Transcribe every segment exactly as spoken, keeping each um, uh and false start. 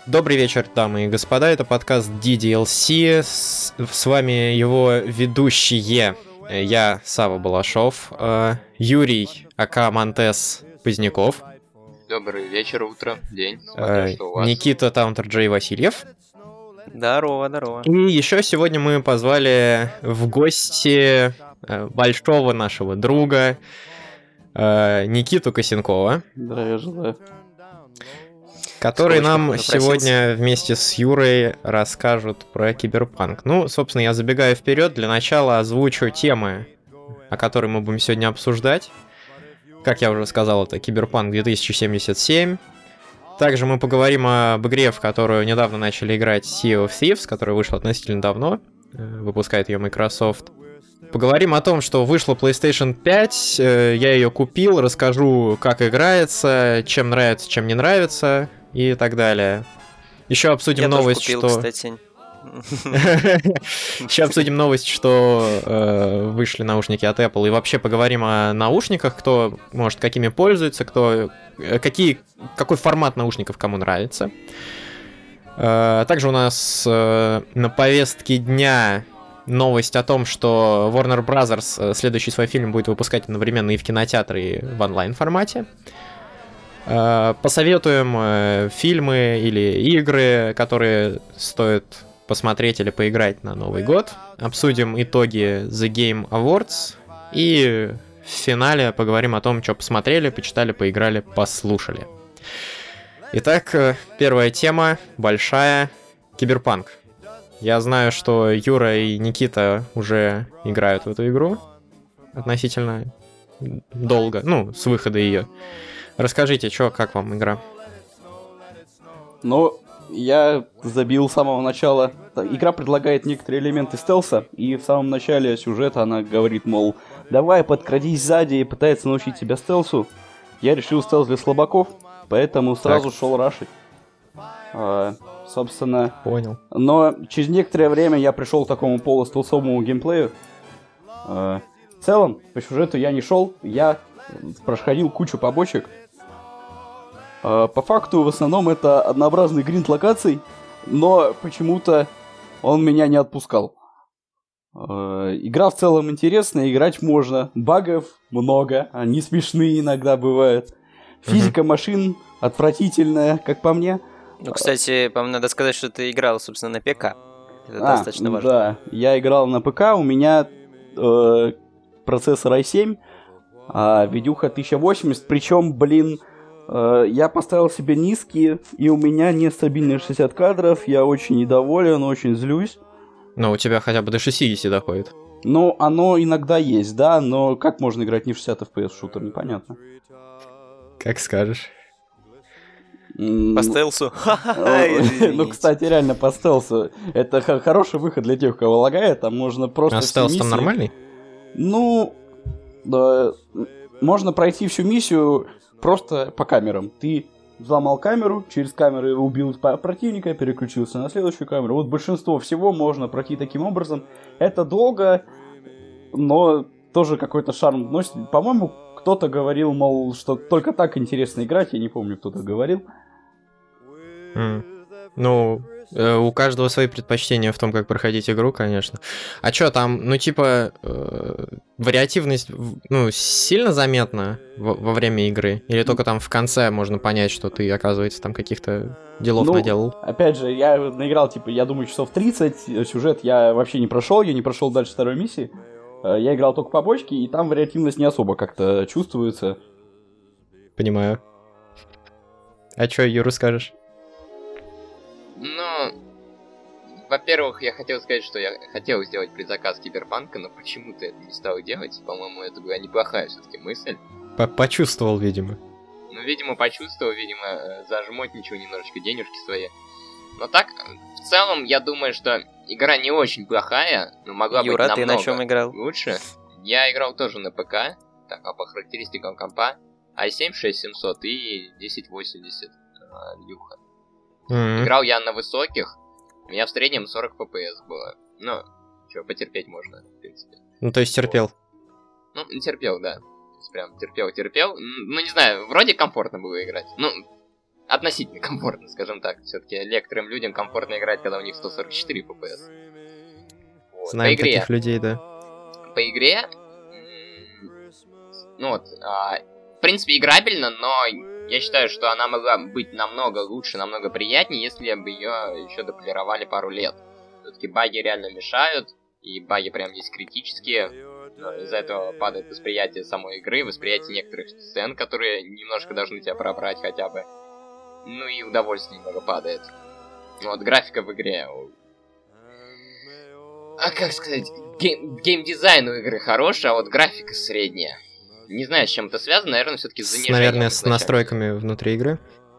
Добрый вечер, дамы и господа, это подкаст ди ди эл си, с, с вами его ведущие, я, Сава Балашов, э, Юрий, ака Монтес Поздняков. Добрый вечер, утро, день, смотря э, что у вас. Никита Таунтер Джей Васильев. Здорово, здорово. И еще сегодня мы позвали в гости э, большого нашего друга э, Никиту Косенкова. Здравия желаю. Который Сколько нам сегодня вместе с Юрой расскажут про Киберпанк. Ну, собственно, я забегаю вперед, для начала озвучу темы, о которой мы будем сегодня обсуждать. Как я уже сказал, это Киберпанк две тысячи семьдесят семь. Также мы поговорим об игре, в которую недавно начали играть Sea of Thieves, которая вышла относительно давно, выпускает ее Microsoft. Поговорим о том, что вышла PlayStation пять, я ее купил, расскажу, как играется, чем нравится, чем не нравится и так далее. Еще обсудим я новость, тоже купил, что... кстати. Еще обсудим новость, что э, вышли наушники от Apple, и вообще поговорим о наушниках, кто, может, какими пользуется, кто, какие, какой формат наушников кому нравится. Э, также у нас э, на повестке дня новость о том, что Warner Bros. Следующий свой фильм будет выпускать одновременно и в кинотеатре, и в онлайн-формате. Посоветуем фильмы или игры, которые стоит посмотреть или поиграть на Новый год. Обсудим итоги The Game Awards. И в финале поговорим о том, что посмотрели, почитали, поиграли, послушали. Итак, первая тема, большая, Киберпанк. Я знаю, что Юра и Никита уже играют в эту игру относительно долго, ну, с выхода ее. Расскажите, что, как вам игра? Ну, я забил с самого начала. Игра предлагает некоторые элементы стелса, и в самом начале сюжета она говорит, мол, давай подкрадись сзади и пытается научить тебя стелсу. Я решил стелс для слабаков, поэтому сразу так. шел рашить. А, собственно... Понял. Но через некоторое время я пришел к такому полустелсовому геймплею. А, в целом, по сюжету я не шел, я проходил кучу побочек. А, по факту, в основном, это однообразный гринд локаций, но почему-то он меня не отпускал. А, игра в целом интересная, играть можно, багов много, они смешные иногда бывают. Физика mm-hmm. машин отвратительная, как по мне. Ну, кстати, по-моему, надо сказать, что ты играл, собственно, на ПК. Это а, достаточно важно. Да, я играл на ПК, у меня э, процессор ай семь, а видюха тысяча восемьдесят, причем, блин, э, я поставил себе низкие, и у меня нестабильные шестьдесят кадров, я очень недоволен, очень злюсь. Но у тебя хотя бы до шестьдесят доходит. Ну, оно иногда есть, да, но как можно играть не в шестьдесят эф пи эс в шутер, непонятно. Как скажешь. По стелсу? Ну, кстати, реально по стелсу. Это хороший выход для тех, у кого лагает, там можно просто... А стелс там нормальный? Ну, можно пройти всю миссию просто по камерам. Ты взломал камеру, через камеру убил противника, переключился на следующую камеру. Вот большинство всего можно пройти таким образом. Это долго, но тоже какой-то шарм вносит. По-моему, кто-то говорил, мол, что только так интересно играть. Я не помню, кто-то говорил. Mm. Ну, э, у каждого свои предпочтения в том, как проходить игру, конечно. А чё там, ну, типа, э, вариативность, ну, сильно заметна во, во время игры? Или только там в конце можно понять, что ты, оказывается, там каких-то делов ну, наделал? Опять же, я наиграл, типа, я думаю, часов тридцать. Сюжет я вообще не прошел, я не прошел дальше второй миссии. Я играл только по бочке, и там вариативность не особо как-то чувствуется. Понимаю. А чё, Юра, скажешь? Ну, во-первых, я хотел сказать, что я хотел сделать предзаказ Киберпанка, но почему-то это не стал делать. По-моему, это была неплохая все-таки мысль. Почувствовал, видимо. Ну, видимо, почувствовал, видимо, зажмотничал немножечко денежки свои. Но так, в целом, я думаю, что игра не очень плохая, но могла Юра, быть намного ты на чем играл? лучше. Я играл тоже на ПК, так, а по характеристикам компа ай семь шесть семьсот и десять восемьдесят Люха. Mm-hmm. Играл я на высоких, у меня в среднем сорок эф пи эс было. Ну, что, потерпеть можно, в принципе. Ну, то есть терпел. Ну, терпел, да. Прям терпел-терпел. Ну, не знаю, вроде комфортно было играть. Ну, относительно комфортно, скажем так. Все-таки некоторым людям комфортно играть, когда у них сто сорок четыре эф пи эс. Вот. Знаем По игре. таких людей, да. По игре, ну вот, а, в принципе, играбельно, но я считаю, что она могла быть намного лучше, намного приятнее, если бы ее еще дополировали пару лет. Все-таки баги реально мешают, и баги прям есть критические. Из-за этого падает восприятие самой игры, восприятие некоторых сцен, которые немножко должны тебя пробрать хотя бы. Ну и удовольствие немного падает. Вот, графика в игре. А как сказать, гейм- геймдизайн у игры хороший, а вот графика средняя. Не знаю, с чем это связано, наверное, все-таки с С, занижением. наверное, с изначально. настройками внутри игры.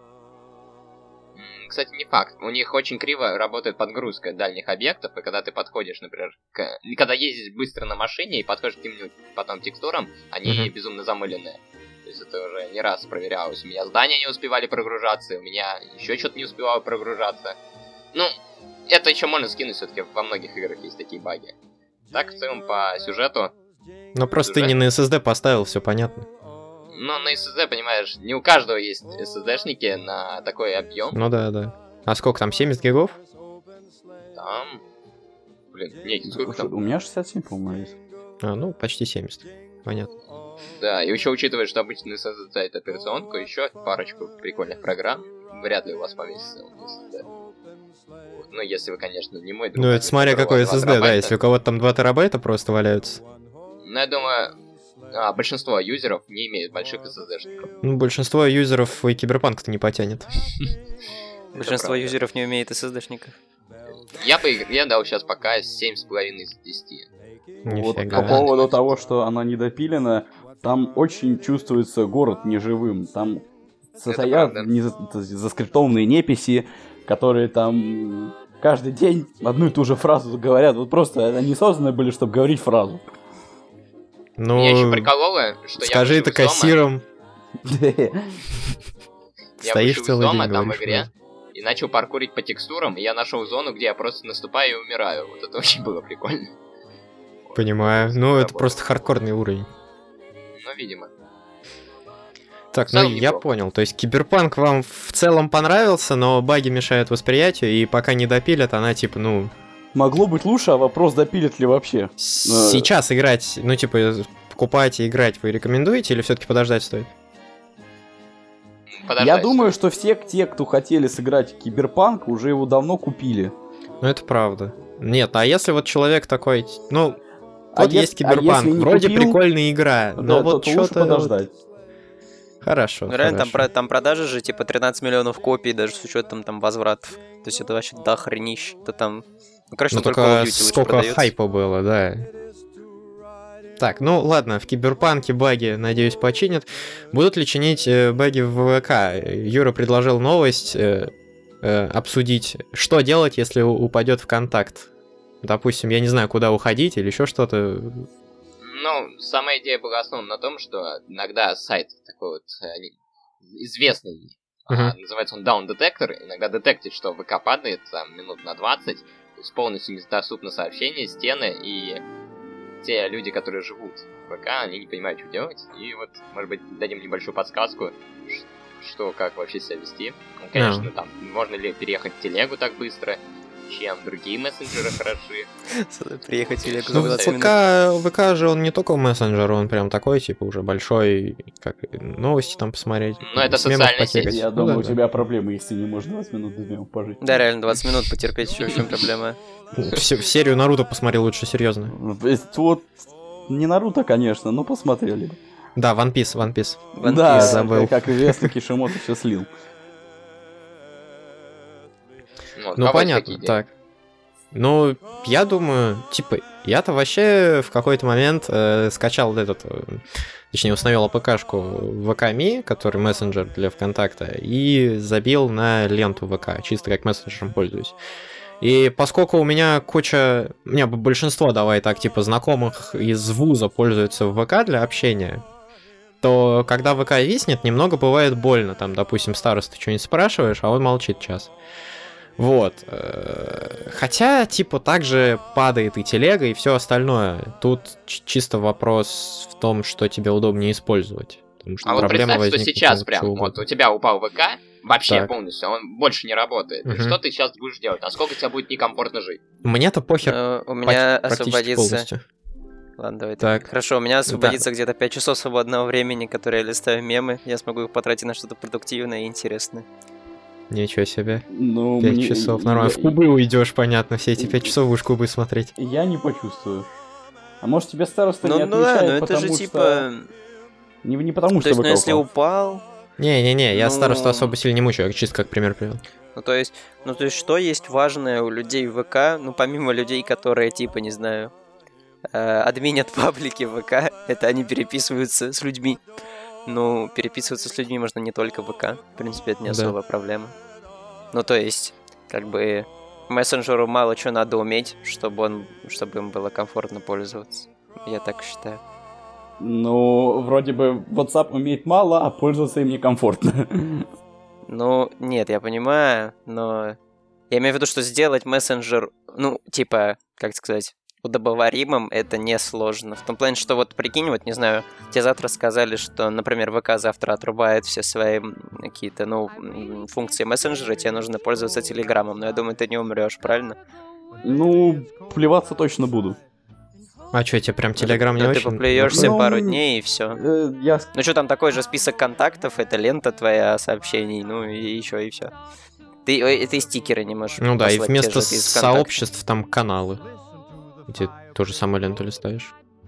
М, Кстати, не факт. У них очень криво работает подгрузка дальних объектов, и когда ты подходишь, например, к... когда ездишь быстро на машине и подходишь к каким-нибудь потом текстурам, они Мгм. безумно замыленные. То есть это уже не раз проверялось. У меня здания не успевали прогружаться, у меня еще что-то не успевало прогружаться. Ну, это еще можно скинуть, все-таки во многих играх есть такие баги. Так, в целом, по сюжету, Но просто ты Сюжет? не на эс эс ди поставил, все понятно. ну, на эс эс ди, понимаешь, не у каждого есть эс эс ди-шники на такой объем. Ну да, да. А сколько там, семьдесят гигов? Там... Блин, не, сколько там? У меня шестьдесят семь, по-моему, есть. А, ну, почти семьдесят. Понятно. Да, и еще учитывая, что обычно эс эс ди ставит операционку, еще парочку прикольных программ, вряд ли у вас поместится эс эс ди. Вот. Ну, если вы, конечно, не мой друг. Ну, это смотря которого какой два эс эс ди, да, терабайта. если у кого-то там два терабайта просто валяются. Ну, я думаю, а, большинство юзеров не имеют больших эс эс ди-шников. Ну, большинство юзеров и Киберпанк-то не потянет. Большинство правда. юзеров не умеет эс эс ди-шников. Я по игре дал сейчас пока семь с половиной из десяти. Вот Нифига. по поводу того, что она недопилена, там очень чувствуется город неживым. Там состоят правда. не за- заскриптованные неписи, которые там каждый день одну и ту же фразу говорят. Вот просто они созданы были, чтобы говорить фразу. Ну, Меня еще прикололо, что скажи я это вышел из дома, кассиром. я Стоишь вышел из целый дома день, там в говоришь игре, фразу. и начал паркурить по текстурам, и я нашел зону, где я просто наступаю и умираю. Вот это очень было прикольно. Понимаю. Ну, это Работает. просто хардкорный уровень. Ну, видимо. Так, В ну целом я неплохо. понял. То есть Киберпанк вам в целом понравился, но баги мешают восприятию, и пока не допилят, она типа, ну, Могло быть лучше, а вопрос, допилят ли вообще. с- сейчас играть, ну типа, покупать и играть вы рекомендуете, или все-таки подождать стоит? Подождать. Я думаю, что все те, кто хотели сыграть в Киберпанк, уже его давно купили. Ну это правда. Нет, а если вот человек такой, ну, А вот ес- есть а Киберпанк, если не вроде купил, прикольная игра, но Да, вот то, то лучше что-то... подождать. Хорошо, Ну, реально, там, хорошо. про- там продажи же типа тринадцать миллионов копий, даже с учетом там возвратов. То есть это вообще дохренище. Это там... Ну, короче, Ну только Call только of Duty лучше сколько продается. хайпа было, да. Так, ну ладно, в Киберпанке баги, надеюсь, починят. Будут ли чинить э, баги в ВК? Юра предложил новость э, э, обсудить, что делать, если у- упадет ВКонтакт. Допустим, я не знаю, куда уходить или еще что-то. Ну, сама идея была основана на том, что иногда сайт такой вот э, не- известный, а, Мгм. называется он Down Detector, иногда детектит, что ВК падает там минут на двадцать, то есть полностью недоступно сообщение, стены, и те люди, которые живут в ВК, они не понимают, что делать, и вот, может быть, дадим небольшую подсказку, ш- что, как вообще себя вести. Ну, конечно, там, можно ли переехать в телегу так быстро, чем другие мессенджеры хороши. Приехать в Телегу за Ну, двадцать минут. ВК, ВК же он не только мессенджер, он прям такой, типа, уже большой, как новости там посмотреть. Ну, это с мемов социальная сеть. потекать. Я Ну думаю, да, у да. тебя проблемы, если не можешь двадцать минут без мемов пожить. Да, реально, двадцать минут потерпеть еще, в чем проблема. Всю- серию Наруто посмотри лучше, серьезно. Вот, не Наруто, конечно, но посмотрели. Да, One Piece, One Piece. One Да, Piece. забыл. как известно, Кишимото все слил. Вот, Ну, а у вас понятно, какие идеи? так. Ну, я думаю, типа, я-то вообще в какой-то момент э, скачал вот этот, э, точнее, установил АПКшку ВК.ми, который мессенджер для ВКонтакта, и забил на ленту ВК, чисто как мессенджером пользуюсь. И поскольку у меня куча, у меня большинство, давай так, типа, знакомых из вуза пользуются в ВК для общения, то когда ВК виснет, немного бывает больно. Там, допустим, старосту что-нибудь спрашиваешь, а он молчит час. Вот. э, Хотя, типа, также падает и телега, и все остальное. Тут ч- чисто вопрос в том, что тебе удобнее использовать. Потому что А вот проблема представь, что возникнет сейчас от прям, чего вот угодно. у тебя упал ВК, Вообще Так. полностью, он больше не работает. Мгм. Что ты сейчас будешь делать? Насколько тебе будет некомфортно жить? Мне-то похер Э, У поч- меня практически освободится... полностью. Ладно, давай Так. так. Хорошо, у меня освободится где-то пять часов свободного времени, которые я листаю мемы. Я смогу их потратить на что-то продуктивное и интересное. Ничего себе. Ну, Пять мне- часов, нормально. я- В кубы уйдешь, понятно. Все эти пять часов будешь кубы смотреть. Я не почувствую. А может тебе староста Ну, не ну да, отмечает, но это потому же что... типа... Не, не потому То что есть, ну ВК если упал. упал... Не-не-не, я Ну- старосту особо сильно не мучаю, я чисто как пример привел. Ну то есть, ну то есть, что есть важное у людей в ВК, ну помимо людей, которые типа, не знаю, э, админят паблики в ВК, это они переписываются с людьми. Ну, переписываться с людьми можно не только в ВК, в принципе, это не Да. особая проблема. Ну то есть, как бы, мессенджеру мало чего надо уметь, чтобы он, чтобы им было комфортно пользоваться. Я так считаю. Ну, вроде бы WhatsApp умеет мало, а пользоваться им некомфортно. Ну, нет, я понимаю, но я имею в виду, что сделать мессенджер, ну, типа, как сказать, удобоваримым, это несложно. В том плане, что вот прикинь, вот, не знаю, тебе завтра сказали, что, например, ВК завтра отрубает все свои м, какие-то, ну, м, функции мессенджера, тебе нужно пользоваться Телеграмом, но я думаю, ты не умрешь, правильно? Ну, плеваться точно буду. А что, тебе прям Телеграм не Ну, ты очень? поплюешься Ну, пару дней и все. Э, Я Ну что, там такой же список контактов, это лента твоя сообщений, ну и еще и все. Ты, ой, ты стикеры не можешь Ну да, и послать вместо те же из ВКонтакте. сообществ там каналы. Где ту же самую ленту листаешь.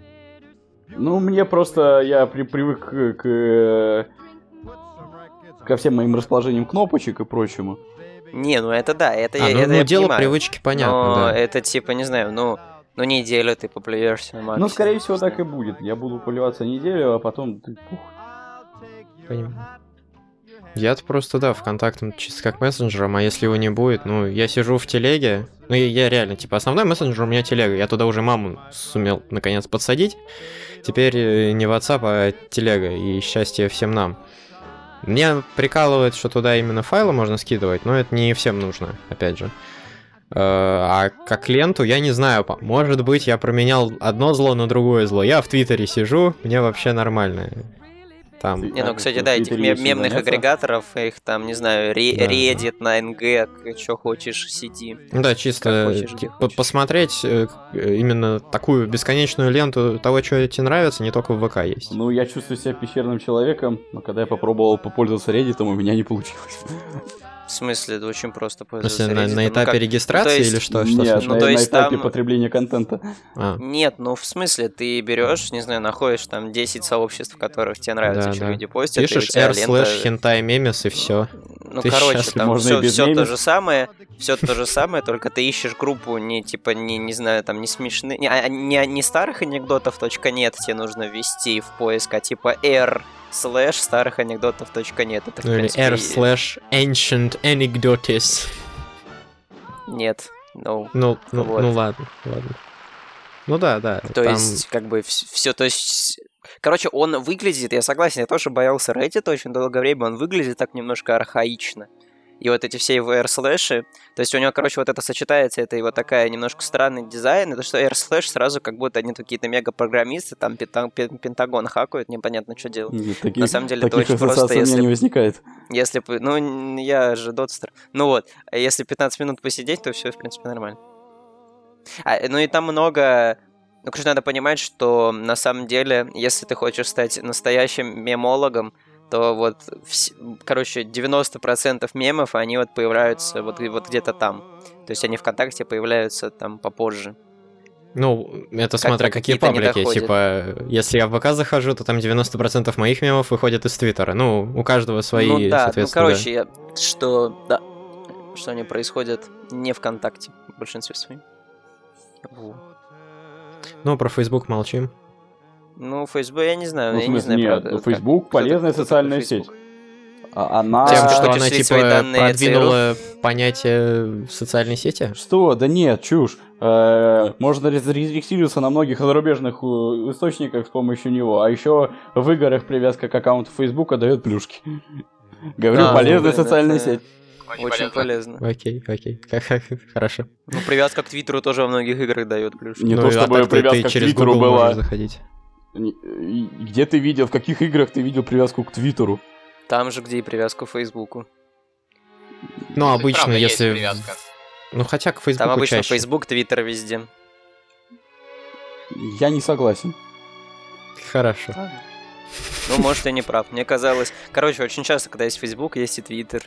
Ну, мне просто, я при- привык к, к- ко всем моим расположениям кнопочек и прочему. Не, ну это да, это А, я, ну, это ну, я дело понимаю. привычки, понятно, Но да. это типа, не знаю, ну, ну неделю ты поплюешься максимум. Ну, скорее всего, так и будет. Я буду поливаться неделю, а потом... ты- пух. Понимаю. Я-то просто, да, ВКонтактом чисто как мессенджером, а если его не будет, ну, я сижу в телеге, ну, я, я реально, типа, основной мессенджер у меня телега, я туда уже маму сумел, наконец, подсадить, теперь э, не WhatsApp, а телега, и счастье всем нам. Меня прикалывает, что туда именно файлы можно скидывать, но это не всем нужно, опять же. Э, А как ленту, я не знаю, по- может быть, я променял одно зло на другое зло, я в Твиттере сижу, мне вообще нормально. Там... Не, ну, Так, кстати, что да, в этих Твиттере мем- есть чем мемных заняться. агрегаторов, их там, не знаю, Ре- Да, да. Reddit, найн джи, что хочешь, сети. Ну да, чисто Как хочешь, где типа, хочешь. посмотреть э, к- э, именно такую бесконечную ленту того, что тебе нравится, не только в ВК есть. Ну, я чувствую себя пещерным человеком, но когда я попробовал попользоваться Reddit, у меня не получилось. В смысле, это очень просто В пользоваться смысле, на, Reddit. на Ну, этапе как- регистрации ну, то есть- или что? что Нет, случилось? Ну, на, то на есть этапе там- потребления контента. А, Нет, ну в смысле, ты берешь, не знаю, находишь там десять сообществ, в которых тебе нравится, Да, что да. люди постят, и у пишешь тебя r лента- слэш hentai memes и все. Ну, Ты короче, счастлив. там Можно и все, без все то мемов. же самое, все то же самое, только ты ищешь группу не типа не, не знаю, там не смешные, не, а- не, не старых анекдотов .нет тебе нужно ввести в поиск, а типа r слэш старых анекдотов .нет. Это, в Ну или принципе, r slash ancient anecdotes. Нет, ну, Ну, ну, Вот. ну ладно, ладно. Ну да, да. то там- есть, как бы, все, то есть... Короче, он выглядит, я согласен, я тоже боялся Reddit очень долгое время, он выглядит так немножко архаично. И вот эти все его R-слэши, то есть у него, короче, вот это сочетается, это его такая немножко странный дизайн, это что R-слэш сразу как будто они какие-то мега-программисты, там пента- пен- Пентагон хакают, непонятно, что делать. Нет, таких, На самом деле это таких очень просто, ассоциаций у меня если- не возникает. Если бы, ну, н- я же дотстер. Ну вот, а если пятнадцать минут посидеть, то все, в принципе, нормально. А, ну и там много... Ну, конечно, надо понимать, что на самом деле, если ты хочешь стать настоящим мемологом, то вот, вс- короче, девяносто процентов мемов, они вот появляются вот, и вот где-то там. То есть они ВКонтакте появляются там попозже. Ну, это смотря Как-то какие какие-то не паблики. доходят. Типа, если я в ВК захожу, то там девяносто процентов моих мемов выходят из Твиттера. Ну, у каждого свои, ну да, ну соответственно. короче, я- что, да, что они происходят не ВКонтакте в большинстве своем. Вот. да. Ну, про Facebook молчим. Ну, Facebook, я не знаю, Ну, в я не смысле, знаю, нет, правда, ну, как- Facebook кто полезная такой социальная Facebook? сеть. А она... Тем, А, что хочешь она, слить типа, свои данные продвинула понятие социальной сети. Что? Да нет, чушь. Э, Можно рез- зарегистрироваться на многих зарубежных э, источниках с помощью него, а еще в играх привязка к аккаунту Фейсбука дает плюшки. Говорю, А, ну, полезная блин, социальная это сеть. Очень полезно. Окей, окей. Хорошо. Ну, привязка к Твиттеру тоже во многих играх дает плюшки. Не Ну, то а чтобы так ты- ты привязка к через Твиттеру Google была. можешь заходить. Не- и- Где ты видел, в каких играх ты видел привязку к Твиттеру? Там же, где и привязку к Фейсбуку. Ну, Тут, обычно, правда, есть если... привязка. Ну, хотя к Фейсбуку Там обычно чаще. Facebook, Twitter везде. Я не согласен. Хорошо. Ну, может, я не прав. Мне казалось... Короче, очень часто, когда есть Facebook, есть и Twitter.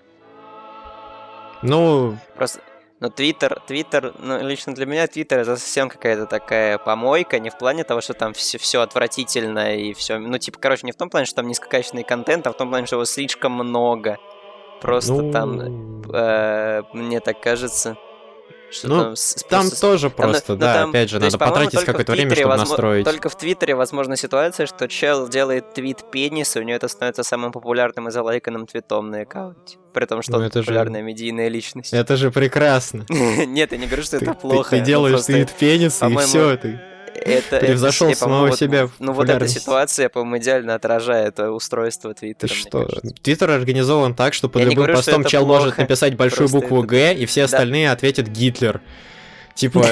Ну, Просто... Но Twitter, Twitter, ну, лично для меня Twitter это совсем какая-то такая помойка, не в плане того, что там все, все отвратительно и все. Ну, типа, короче, не в том плане, что там низкокачественный контент, а в том плане, что его слишком много. Просто ну... там, э, мне так кажется, что Ну, там... с- Там просто- тоже там, просто, ну, да, там- опять же, то есть, надо по-моему, потратить только в какое-то время, Твиттере чтобы возможно- настроить. Только в Твиттере возможна ситуация, что чел делает твит пенис, и у него это становится самым популярным и залайканным твитом на аккаунте. При том, что Ну, он это же- популярная медийная личность. Это же прекрасно. Нет, я не говорю, что Ты, это ты- плохо. ты ну, делаешь просто твит пениса, и по-моему, все, ты это, превзошел это, самого по-моему, себя в Вот, ну вот эта популярности. ситуация, по-моему, идеально отражает э, устройство Ты Твиттера. мне что? кажется. Твиттер организован так, что под Я не любым говорю, что постом это чел может плохо, написать большую просто букву это- Г, и все Да. остальные ответят Гитлер. Типа...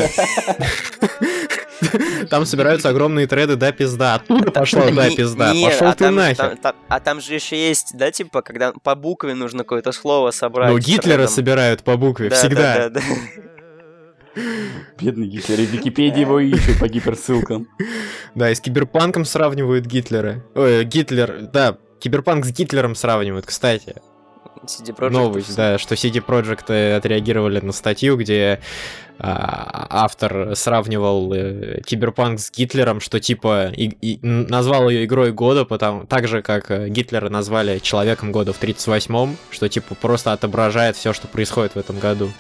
Там собираются огромные треды, да, пизда. Оттуда пошла, да, Не- пизда. нет, Пошел а ты там- нахер. там- там- А там же еще есть, да, типа, когда по букве нужно какое-то слово собрать. Ну, с Гитлера тредом. собирают по букве, Да, всегда. да, да, да. Бедный Гитлер. И в Википедии его ищут по гиперссылкам. Да, и с Киберпанком сравнивают Гитлера. Ой, Гитлер, да, Киберпанк с Гитлером сравнивают, кстати. си ди Projekt. Новость, да, что си ди Projekt отреагировали на статью, где а, автор сравнивал э, Киберпанк с Гитлером, что типа и, и назвал ее игрой года, потому так же, как э, Гитлера назвали человеком года в тридцать восьмом, что типа просто отображает все, что происходит в этом году.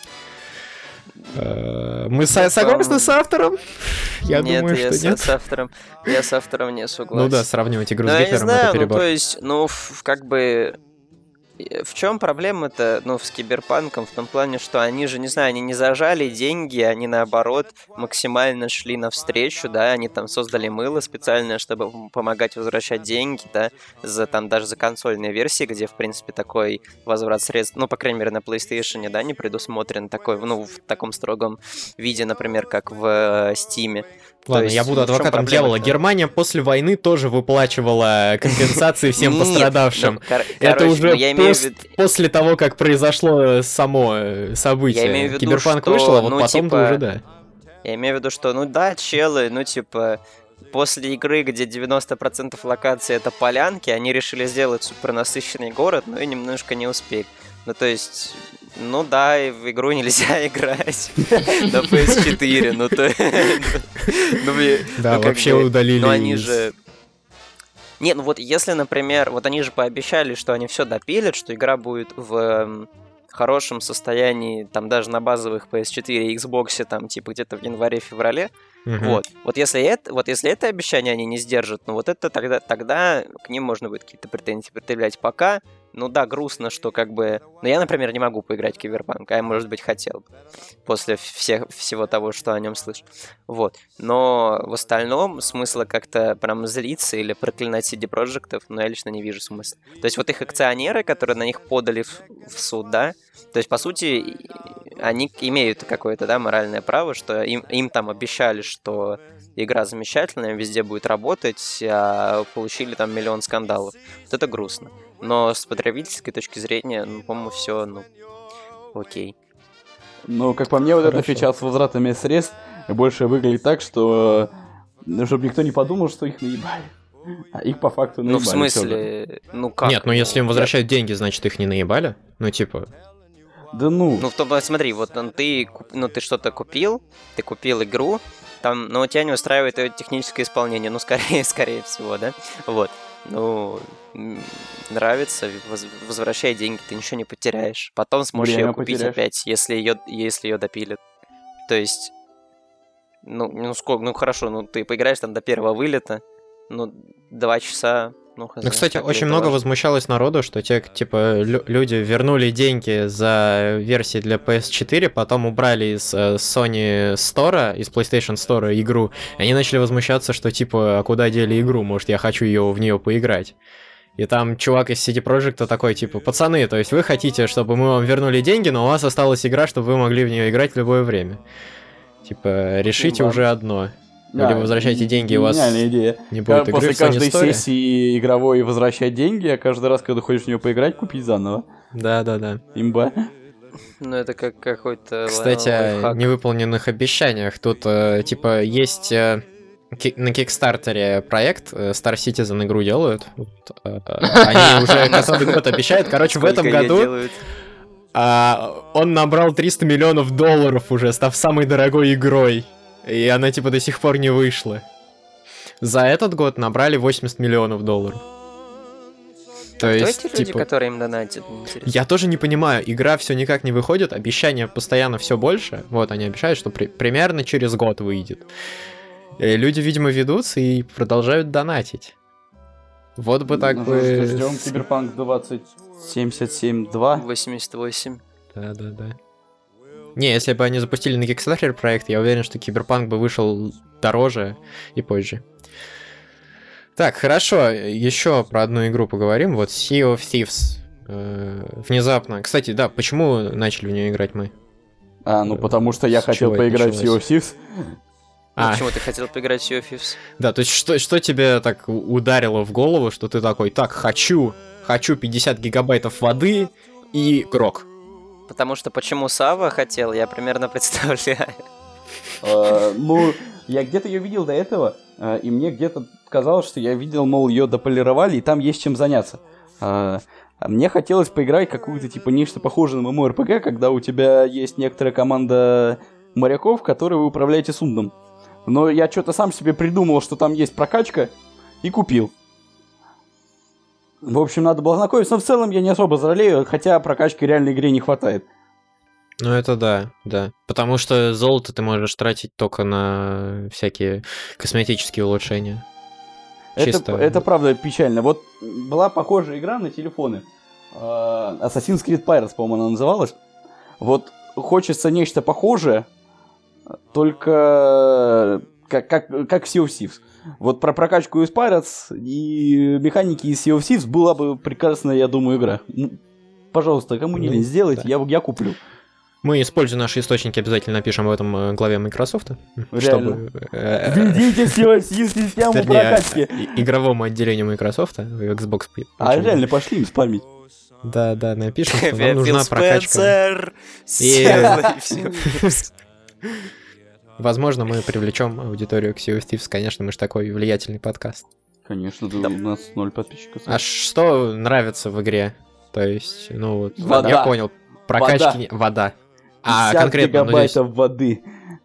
Э, Мы со- согласны с автором? Я нет, думаю, я что с, нет. с автором, я с автором не согласен. Ну да, сравнивать игру Ну, с я не Гитлером знаю, это ну, перебор. то есть, ну, в- как бы... э, В чем проблема-то, ну, с Киберпанком, в том плане, что они же, не знаю, они не зажали деньги, они, наоборот, максимально шли навстречу, да, они там создали мыло специальное, чтобы м- помогать возвращать деньги, да, за, там, даже за консольные версии, где, в принципе, такой возврат средств, ну, по крайней мере, на PlayStation, да, не предусмотрен такой, ну, в таком строгом виде, например, как в э, Steam. Ладно, есть, я буду ну, в чём адвокатом проблема-то? дьявола. Германия после войны тоже выплачивала компенсации всем Нет, пострадавшим. ну, кор- Это короче, уже ну, я имею в пос- виду- после того, как произошло само э, событие. Я имею в виду, Киберпанк что, вышел, а вот ну, потом-то типа, уже да. Я имею в виду, что, ну да, челы, ну типа, после игры, где девяносто процентов локаций это полянки, они решили сделать супернасыщенный город, но и немножко не успели. Ну то есть, ну да, и в игру нельзя играть на пи эс четыре, ну то... ну, блин, Да, ну, как вообще бы, удалили. Ну они из- же... Не, ну вот если, например, вот они же пообещали, что они все допилят, что игра будет в эм, хорошем состоянии, там даже на базовых пи эс четыре и Xbox, там типа где-то в январе-феврале. Мгм. Вот. Вот если это, вот если это обещание они не сдержат, ну вот это тогда, тогда к ним можно будет какие-то претензии предъявлять. Пока, ну да, грустно, что как бы... Ну я, например, не могу поиграть в Киберпанк, а я, может быть, хотел бы. После всех, всего того, что о нем слышу. Вот. Но в остальном смысла как-то прям злиться или проклинать си ди Projekt'ов, ну я лично не вижу смысла. То есть вот их акционеры, которые на них подали в, в суд, да, то есть, по сути, они имеют какое-то, да, моральное право, что им, им там обещали, что игра замечательная, везде будет работать, а получили там миллион скандалов. Вот это грустно. Но с потребительской точки зрения, ну, по-моему, все, ну, окей. Ну, как по мне, вот эта Хорошо. фича с возвратами средств больше выглядит так, что... Ну, чтобы никто не подумал, что их наебали. А их по факту наебали. Ну, в всё же. смысле, ну как? Нет, ну если им возвращают деньги, значит их не наебали. Ну типа, Да ну, Ну, в том, смотри, вот ну, ты, куп- ну, ты что-то купил, ты купил игру, там, но тебя не устраивает ее техническое исполнение, ну, скорее, скорее всего, да? Вот. Ну, м, нравится, воз- возвращай деньги, ты ничего не потеряешь. Потом сможешь Время ее купить потеряешь. опять, если ее, если ее допилят. То есть, ну, ну, сколько, ну, хорошо, ну, ты поиграешь там до первого вылета, ну, два часа, ну, хз, ну, кстати, так ли очень это много важно? возмущалось народу, что те, типа, лю- люди вернули деньги за версии для пи эс четыре, потом убрали из э, Sony Store, из PlayStation Store игру, и они начали возмущаться, что, типа, а куда дели игру, может, я хочу ее в нее поиграть. И там чувак из си ди Projekt такой, типа, пацаны, то есть вы хотите, чтобы мы вам вернули деньги, но у вас осталась игра, чтобы вы могли в нее играть в любое время. Типа, решите ладно. уже одно. да, Либо возвращайте ге- деньги, у вас гениальная идея. не будет игры После в Sony каждой Store. сессии игровой возвращать деньги, а каждый раз, когда хочешь в нее поиграть, купить заново. Да-да-да. Имба. Ну, это как какой-то Кстати, лайфхак. о невыполненных обещаниях. Тут, э, типа, есть э, ки- на Кикстартере проект, э, Star Citizen игру делают. Вот, э, они уже который год обещают. Короче, в этом Сколько её году делают? а, он набрал триста миллионов долларов уже, став самой дорогой игрой. И она, типа, до сих пор не вышла. За этот год набрали восемьдесят миллионов долларов. То Кто есть, эти люди, типа... которые им донатят? Интересно. Я тоже не понимаю, игра все никак не выходит, обещания постоянно все больше. Вот, они обещают, что при- примерно через год выйдет. И люди, видимо, ведутся и продолжают донатить. Вот бы так Ну, бы... Ждем Киберпанк двадцать семьдесят семь два. восемьдесят восемь. Да-да-да. Не, если бы они запустили на Kickstarter проект, я уверен, что Киберпанк бы вышел дороже и позже. Так, хорошо, еще про одну игру поговорим. Вот Sea of Thieves. Э, внезапно. Кстати, да, почему начали в нее играть мы? А, ну потому что я С хотел чего это поиграть в Sea of началось? Thieves. Ну, А, почему ты хотел поиграть в Sea of Thieves? да, то есть что, что тебе так ударило в голову, что ты такой, так, хочу, хочу пятьдесят гигабайтов воды и грок. Потому что почему Сава хотел, я примерно представляю. Э, Ну, я где-то ее видел до этого, э, и мне где-то казалось, что я видел, мол, ее дополировали, и там есть чем заняться. Э, а Мне хотелось поиграть какую-то, типа, нечто похожее на MMORPG, когда у тебя есть некоторая команда моряков, которые вы управляете судном. Но я что-то сам себе придумал, что там есть прокачка, и купил. В общем, надо было знакомиться, но в целом я не особо заролею, хотя прокачки реальной игре не хватает. Ну это да, да. Потому что золото ты можешь тратить только на всякие косметические улучшения. Это, Чисто. это правда печально. Вот была похожая игра на телефоны. Э, Assassin's Creed Pirates, по-моему, она называлась. Вот хочется нечто похожее, только как, как, как в Sea of Thieves. Вот про прокачку из Pirates и механики из Sea of Thieves была бы прекрасная, я думаю, игра. Ну, пожалуйста, кому не Ну, лень сделать, да. я, я куплю. Мы, используя наши источники, обязательно напишем в этом э, главе Microsoft. Реально. Чтобы... э, Введите Sea of Thieves систему вернее, прокачки. и- игровому отделению Microsoft в Xbox. А Очень- реально, пошли им спамить. Да, да, напишем, что Фил нам нужна прокачка. Спенсер, И- сел, и всё. Возможно, мы привлечем аудиторию к Sea of Thieves, конечно, мы же такой влиятельный подкаст. Конечно, да, у нас ноль подписчиков. А что нравится в игре? То есть, ну вот, Вода. я понял, прокачки... Вода. не- Вода. А пятьдесят конкретно, ну, здесь гигабайтов воды.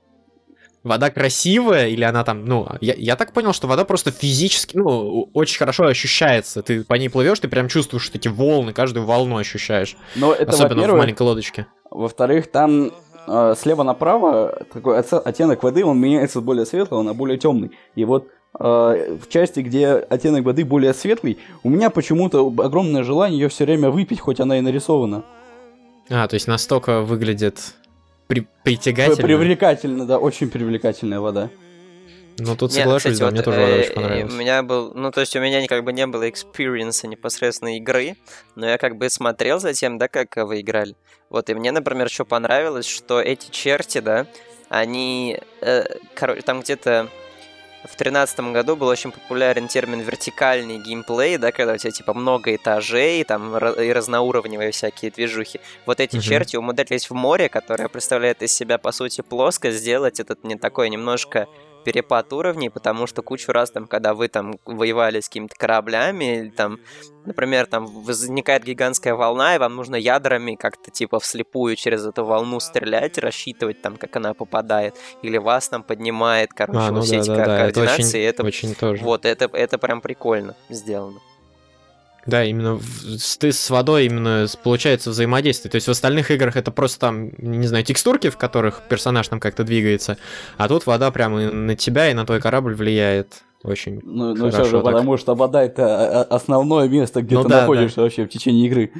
вода красивая или она там, ну, я, я так понял, что вода просто физически, ну, очень хорошо ощущается. Ты по ней плывешь, ты прям чувствуешь что эти волны, каждую волну ощущаешь. Но это, Особенно в во-первых. маленькой лодочке. Во-вторых, там э, слева направо такой оце- оттенок воды, он меняется с более светлого на более темный. И вот э, в части, где оттенок воды более светлый, у меня почему-то огромное желание ее все время выпить, хоть она и нарисована. А, то есть настолько выглядит при- притягательно. Привлекательно, да, очень привлекательная вода. Ну, тут Не, соглашусь, кстати, да, вот, мне тоже вода э, очень понравилась. У меня был, ну, то есть у меня как бы не было экспириенса непосредственно игры, но я как бы смотрел за тем, да, как вы играли. Вот, и мне, например, что понравилось, что эти черти, да, они, э, короче, там где-то в тринадцатом году был очень популярен термин вертикальный геймплей, да, когда у тебя типа много этажей, там ра- и разноуровневые всякие движухи. Вот эти Мгм. черти умудрились в море, которое представляет из себя, по сути, плоскость, сделать этот не такой немножко перепад уровней, потому что кучу раз там, когда вы там воевали с какими-то кораблями, или там, например, там возникает гигантская волна, и вам нужно ядрами как-то типа вслепую через эту волну стрелять, рассчитывать там, как она попадает, или вас там поднимает, короче, А, ну вот все да, эти да, ко- да, это координации, очень, это, очень тоже. вот, это, это прям прикольно сделано. Да, именно в- с- ты с водой именно с- получается взаимодействие. То есть в остальных играх это просто там, не знаю, текстурки, в которых персонаж там как-то двигается, а тут вода прямо и на тебя и на твой корабль влияет. Очень Ну, ну хорошо все же, так. потому что вода это а, основное место, где Ну ты да, находишься вообще в течение игры.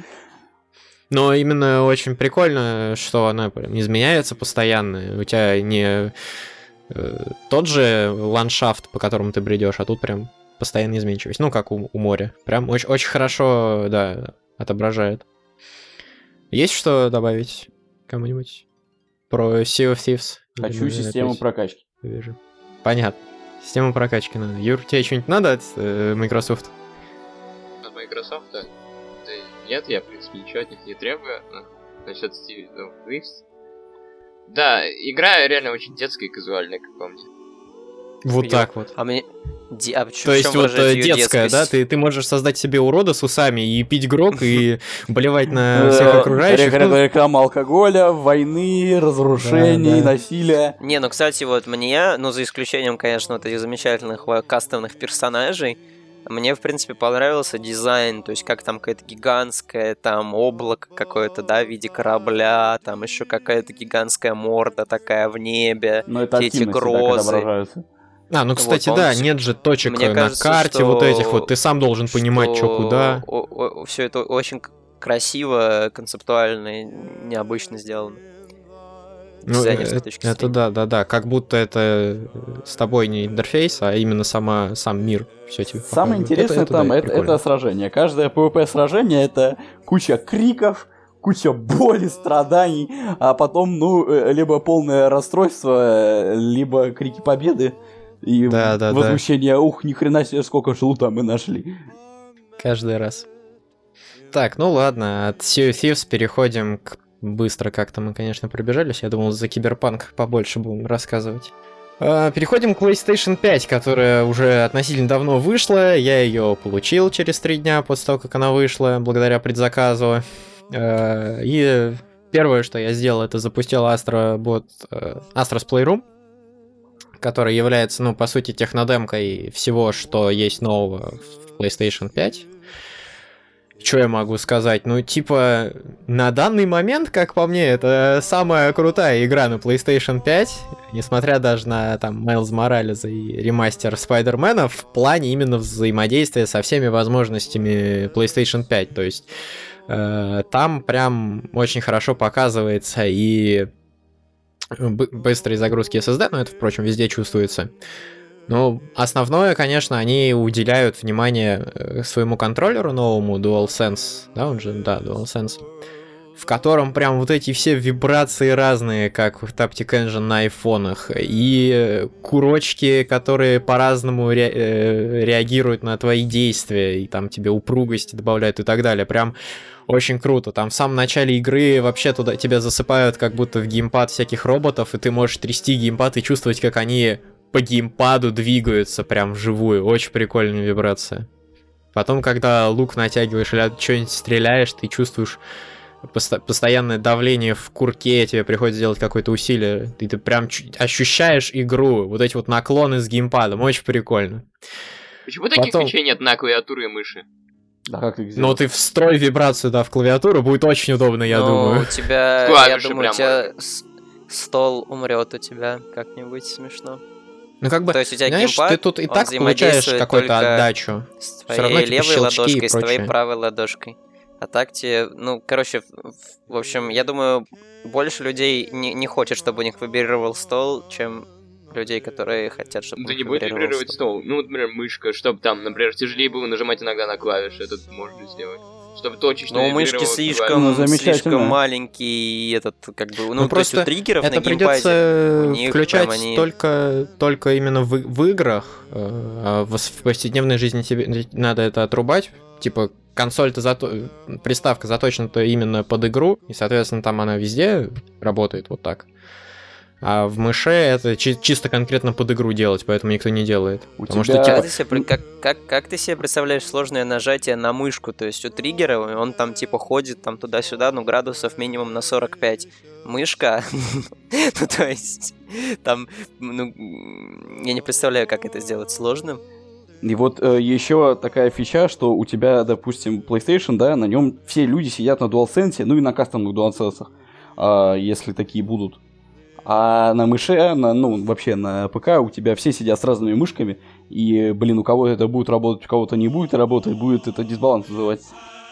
Но именно очень прикольно, что она прям изменяется постоянно. У тебя не э, тот же ландшафт, по которому ты бредешь, а тут прям постоянно изменчивость. Ну, как у, у моря. Прям очень, очень хорошо, да, отображает. Есть что добавить кому-нибудь про Sea of Thieves? Или Хочу мы систему опять прокачки. вижу? Понятно. Систему прокачки надо. Юр, тебе что-нибудь надо от э, Microsoft? От Microsoft? Да нет, я, в принципе, ничего от них не требую. Ну, насчет Стиви Вивс. Да, игра реально очень детская и казуальная, как по мне. Вот Ё- так вот. А мне... Ди- а чё- То в есть чём вот выражать э, её детская, да? детскость? Ты, ты можешь создать себе урода с усами и пить грок, и блевать на всех Э, окружающих. рек- Ну, Реклама алкоголя, войны, разрушений, Да, да. насилия. Не, ну, кстати, вот мне, ну, за исключением, конечно, вот этих замечательных ва- кастомных персонажей, мне, в принципе, понравился дизайн, то есть как там какая-то гигантская, там, облако какое-то, да, в виде корабля, там еще какая-то гигантская морда такая в небе, Но это все эти активности так грозы. отображаются. А, ну, кстати, Вот, он да, всё- нет же точек Мне э, кажется, на карте что- вот этих вот. Ты сам должен понимать, что куда. Все это очень к- красиво, концептуально, и необычно сделано. С Ну, дизайнерской э, точки это зрения. да, да, да. Как будто это э, с тобой не интерфейс, а именно сама, сам мир все тебе Самое показывает. интересное это, там да, это, прикольно. это сражение. Каждое PvP-сражение это куча криков, куча боли, страданий, а потом, ну, э, либо полное расстройство, э, либо крики победы и Да, да, да. возмущение. Ух, ни хрена себе, сколько ж лута мы нашли. Каждый раз. Так, ну ладно, от Sea of Thieves переходим к... Быстро как-то мы, конечно, пробежались. Я думал, за Киберпанк побольше будем рассказывать. А, Переходим к PlayStation пять, которая уже относительно давно вышла. Я ее получил через три дня после того, как она вышла, благодаря предзаказу. А, И первое, что я сделал, это запустил Astrobot, э, Astro's Playroom, который является, ну, по сути, технодемкой всего, что есть нового в PlayStation пять. Что я могу сказать? Ну, типа, на данный момент, как по мне, это самая крутая игра на PlayStation пять, несмотря даже на там Майлз Моралеса и ремастер Спайдермена, в плане именно взаимодействия со всеми возможностями PlayStation пять. То есть э, там прям очень хорошо показывается и б- быстрые загрузки эс эс ди, но это, впрочем, везде чувствуется. Ну, основное, конечно, они уделяют внимание э, своему контроллеру новому, DualSense, да, он же, да, DualSense, в котором прям вот эти все вибрации разные, как в Taptic Engine на айфонах, и курочки, которые по-разному ре- э, реагируют на твои действия, и там тебе упругости добавляют и так далее, прям очень круто. Там в самом начале игры вообще туда тебя засыпают как будто в геймпад всяких роботов, и ты можешь трясти геймпад и чувствовать, как они по геймпаду двигаются прям вживую. Очень прикольная вибрация. Потом, когда лук натягиваешь или что-нибудь стреляешь, ты чувствуешь поsto- постоянное давление в курке, тебе приходится делать какое-то усилие. Ты, ты прям чу- ощущаешь игру, вот эти вот наклоны с геймпадом. Очень прикольно. Почему таких Потом- вещей нет на клавиатуре и мыши? Да как их Но сделать? ты встрой вибрацию, да, в клавиатуру, будет очень удобно, я Ну, думаю. у тебя, Клавиши я думаю, прям у тебя с- стол умрет у тебя как-нибудь смешно. Ну, как бы, То есть у тебя знаешь, геймпад, ты тут и он так получаешь взаимодействует какую-то только отдачу. с Всё равно, твоей типа, левой щелчки ладошкой и и с твоей прочее. правой ладошкой. А так тебе, ну, короче, в, в общем, я думаю, больше людей не, не хочет, чтобы у них вибрировал стол, чем людей, которые хотят, чтобы у Да них не будет вибрировал вибрировать стол. Ну, например, мышка, чтобы там, например, тяжелее было нажимать иногда на клавиши, это можно сделать. Чтобы точечно Но у мышки вибрировала слишком, Ну, замечательно. слишком маленький этот, как бы, ну, Ну, то есть у просто триггеров Это на геймпаде, придется у них включать прям они- только, только именно в, в играх. э, А в, в повседневной жизни тебе надо это отрубать. Типа, консоль-то зато... приставка заточена-то именно под игру, и, соответственно, там она везде работает вот так. А в мыше это чи- чисто конкретно под игру делать, поэтому никто не делает. У Потому тебя- что, Как типа, ты, себе, при- как, как, как ты себе представляешь сложное нажатие на мышку? То есть у триггера он там типа ходит там туда-сюда, ну градусов минимум на сорок пять. Мышка, ну то есть там, ну, я не представляю, как это сделать сложным. И вот э, еще такая фича, что у тебя, допустим, PlayStation, да, на нем все люди сидят на DualSense, ну и на кастомных DualSense, э, если такие будут. А на мыше, на, ну, вообще на ПК у тебя все сидят с разными мышками, и, блин, у кого-то это будет работать, у кого-то не будет работать, будет это дисбаланс вызывать.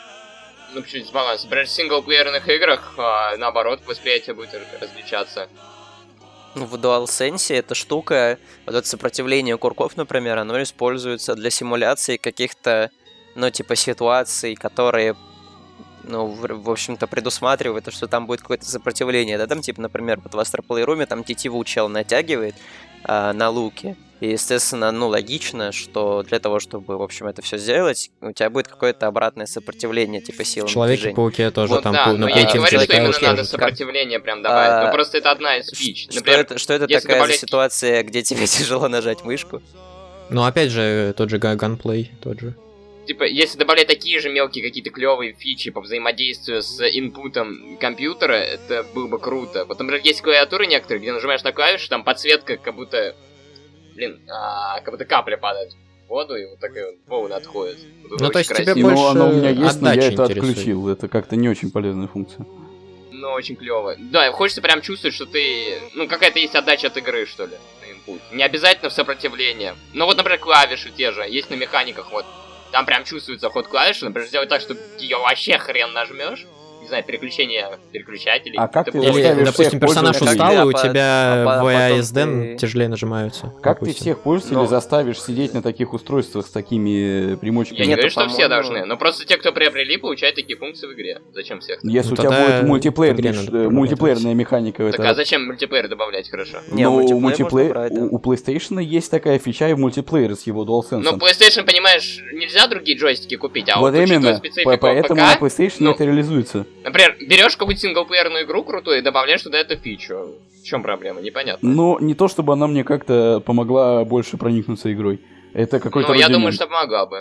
Ну, почему дисбаланс? Например, в синглплеерных играх, а, наоборот, восприятие будет различаться. Ну, в DualSense эта штука, вот это сопротивление курков, например, оно используется для симуляции каких-то, ну, типа ситуаций, которые, ну, в, в общем-то, предусматривают, что там будет какое-то сопротивление, да, там, типа, например, вот в Astro Playroom там тетиву чел натягивает, а, на луке. И, естественно, ну, логично, что для того, чтобы, в общем, это все сделать, у тебя будет какое-то обратное сопротивление, типа силам В движения. Человеке-пауке тоже Вот там да, пу- но на я не пауке говорю, что втыкаешь именно надо ежик. сопротивление прям добавить, А, ну просто это одна из фич. Что Например, это, что это если такая добавлять- за ситуация, где тебе тяжело нажать мышку? Ну, опять же, тот же га- ганплей, тот же. Типа, если добавлять такие же мелкие какие-то клевые фичи по взаимодействию с инпутом компьютера, это было бы круто. Вот, например, есть клавиатуры некоторые, где нажимаешь на клавишу, там подсветка как будто, блин, а, как будто капля падает в воду, и вот такая вот волна отходит. Вот это Ну, то очень есть тебе красиво. больше Ну, оно у меня есть, но я отдача это интересует. отключил. Это как-то не очень полезная функция. Ну, очень клево. Да, хочется прям чувствовать, что ты... Ну, какая-то есть отдача от игры, что ли, на инпут. Не обязательно в сопротивление. Ну, вот, например, клавиши те же. Есть на механиках, вот. Там прям чувствуется ход клавиши. Например, сделать так, чтобы ее вообще хрен нажмешь. Не знаю, переключение переключателей. А как Это ты будет- Или, заставишь допустим, всех персонаж пользователей- устал, и у А по- тебя а по- в потом эй эс ди ты- тяжелее нажимаются. Как ты допустим. всех пользователей Но- заставишь сидеть на таких устройствах с такими примочками? Я не Нет, говорю, что все по-моему- должны, но просто те, кто приобрели, получают такие функции в игре. Зачем всех? Если Ну, у тебя тогда будет мультиплеер, в игре ш- надо э, прорабатывать. мультиплеерная механика, Так это... а зачем мультиплеер добавлять, хорошо? Не, Ну, мультиплеер мультиплеер, можно брать, да. у, у PlayStation есть такая фича и в мультиплеере с его DualSense. Ну, PlayStation, понимаешь, нельзя другие джойстики купить, а вот учитывая именно, специфику по- поэтому ПК, на PlayStation ну, это реализуется. например, берешь какую-то синглплеерную игру крутую и добавляешь туда эту фичу. В чем проблема? Непонятно. Но не то, чтобы она мне как-то помогла больше проникнуться игрой. Это какой-то Ну, я думаю, рудимент. что помогла бы.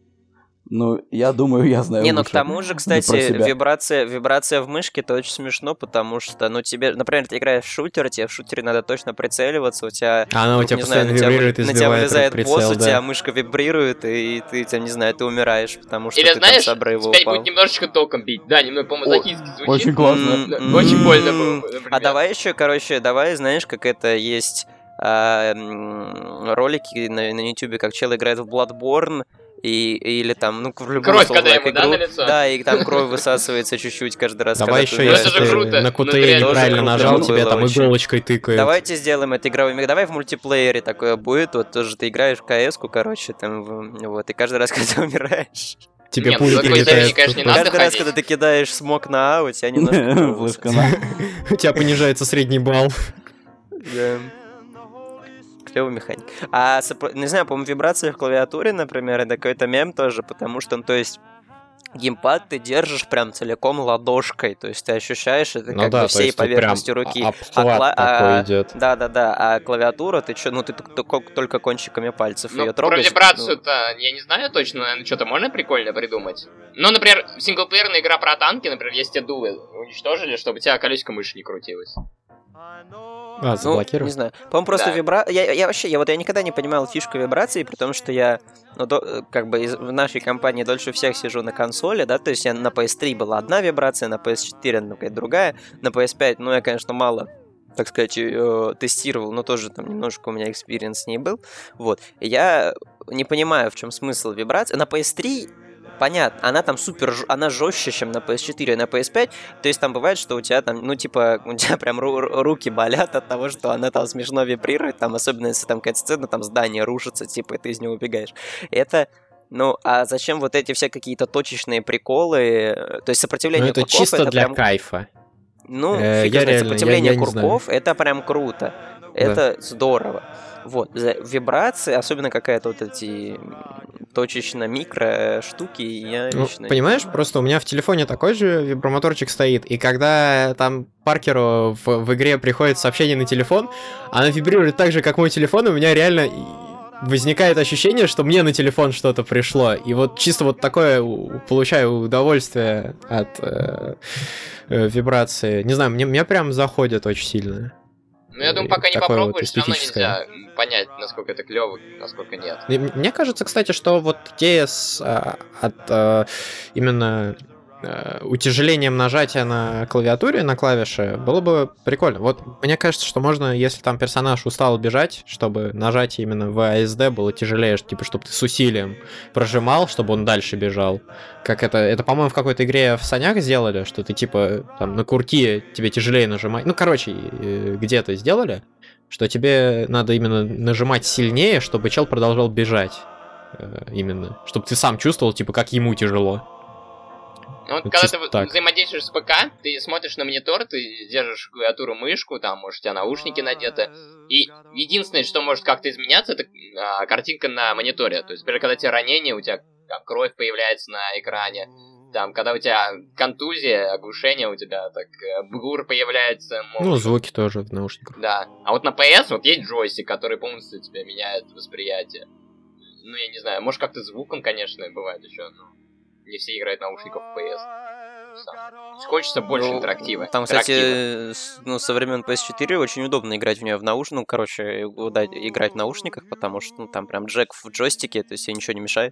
Ну, я думаю, я знаю Не, ну лучше. к тому же, про кстати, себя. вибрация, вибрация в мышке это очень смешно, потому что, ну, тебе, например, ты играешь в шутер, тебе в шутере надо точно прицеливаться, у тебя, А она у вдруг, тебя не знаю, постоянно на тебя, вибрирует и на тебя сбивает вылезает прицел, босс, у да. тебя мышка вибрирует, и ты, там, не знаю, ты умираешь, потому что Или, ты знаешь, там с обрыва опять упал. будет немножечко током бить. Да, немного по-мазохистски звучит. Очень классно. М, Да, м, очень больно было м. бы, например. А давай еще, короче, давай, знаешь, как это есть а, м, ролики на, на YouTube, как чел играет в Bloodborne, и, или там, ну, в любую Кровь, когда Souls-like ему, да, игру. на лицо? Да, и там кровь высасывается чуть-чуть каждый раз, Давай когда еще, ты Ну, если это же ты круто. на Ну, КТ это реально неправильно круто нажал, было тебе там очень. иголочкой тыкают. Давайте сделаем это игровой миг. Давай в мультиплеере такое будет. Вот тоже ты играешь в КС-ку, короче, там, в- вот, и каждый раз, когда ты умираешь, Тебе Не, пули ну, такой прилетают. времени, конечно, не надо каждый раз, ходить. когда ты кидаешь смог на А, у тебя немножко кровь Флешка высосет. на. У тебя понижается средний балл. Да. Клевый механик. А, сопро- не знаю, по-моему, вибрации в клавиатуре, например, это какой-то мем тоже, потому что, ну, то есть, геймпад ты держишь прям целиком ладошкой, то есть ты ощущаешь это Ну как да, бы то всей есть тут прям поверхностью руки. обхват кла- такой а, идет. Да-да-да, а клавиатура, ты чё, ну ты т- т- только кончиками пальцев Ну, ее про трогаешь. вибрацию-то я не знаю точно, наверное, что-то можно прикольно придумать. Ну, например, синглплеерная игра про танки, например, есть те дулы, уничтожили, чтобы у тебя колесико мыши не крутилось. А, Ну, заблокировать? не знаю. По-моему, просто Да. вибра... Я, я вообще, я вот я никогда не понимал фишку вибрации, при том, что я, ну, до- как бы из, в нашей компании дольше всех сижу на консоли, да, то есть я на пи эс три была одна вибрация, на пи эс четыре ну, какая-то другая, на пи эс пять, ну, я, конечно, мало, так сказать, э, тестировал, но тоже там немножко у меня экспириенс с ней был, вот. И я не понимаю, в чем смысл вибрации. На пи эс три понятно, она там супер, ж- она жестче, чем на пи эс четыре, на пи эс пять, то есть там бывает, что у тебя там, ну, типа, у тебя прям ру- ру- руки болят от того, что она там смешно вибрирует, там, особенно если там какая-то сцена, там здание рушится, типа, и ты из него убегаешь. Это, ну, а зачем вот эти все какие-то точечные приколы, э, то есть Ну, сопротивление это курков, чисто это для прям, кайфа. ну, Э, фиг я знает, реально- сопротивление я- я не курков, это прям круто, это здорово. Вот, за вибрации, особенно какая-то вот эти м, точечно-микро штуки, я Ну, лично... понимаешь, просто у меня в телефоне такой же вибромоторчик стоит, и когда там Паркеру в, в игре приходит сообщение на телефон, она вибрирует так же, как мой телефон, и у меня реально и- возникает ощущение, что мне на телефон что-то пришло. И вот чисто вот такое у- получаю удовольствие от э, э, вибрации. Не знаю, мне, мне прям заходит очень сильно. Ну, я думаю, И пока не такое вот попробуешь, все равно эстетическое. нельзя понять, насколько это клево, насколько нет. И м- Мне кажется, кстати, что вот идея с, а, от а, именно а, утяжелением нажатия на клавиатуре, на клавише, было бы прикольно. Вот мне кажется, что можно, если там персонаж устал бежать, чтобы нажатие именно в эй эс ди было тяжелее, типа, чтобы ты с усилием прожимал, чтобы он дальше бежал. Как это, это, по-моему, в какой-то игре в санях сделали, что ты, типа, там, на курки тебе тяжелее нажимать. Ну, короче, э, где-то сделали, что тебе надо именно нажимать сильнее, чтобы чел продолжал бежать. Э, Именно. Чтобы ты сам чувствовал, типа, как ему тяжело. Ну, вот Вот когда чисто ты так. взаимодействуешь с ПК, ты смотришь на монитор, ты держишь клавиатуру, мышку, там, может, у тебя наушники надеты, и единственное, что может как-то изменяться, это а, картинка на мониторе. То есть, например, когда у тебя ранение, у тебя там, кровь появляется на экране, там, когда у тебя контузия, оглушение у тебя, так, э, блур появляется. Ну, может, звуки тоже в наушниках. Да. А вот на пи эс вот есть джойстик, который полностью тебе меняет восприятие. Ну, я не знаю, может, как-то звуком, конечно, бывает еще, но не все играют наушников в пи эс. Хочется больше Ну, интерактива. Там, интерактива. кстати, с- ну, со времен пи эс четыре очень удобно играть в нее в наушниках. Ну, короче, уда- играть в наушниках, потому что ну, там прям джек в джойстике, то есть тебе ничего не мешает.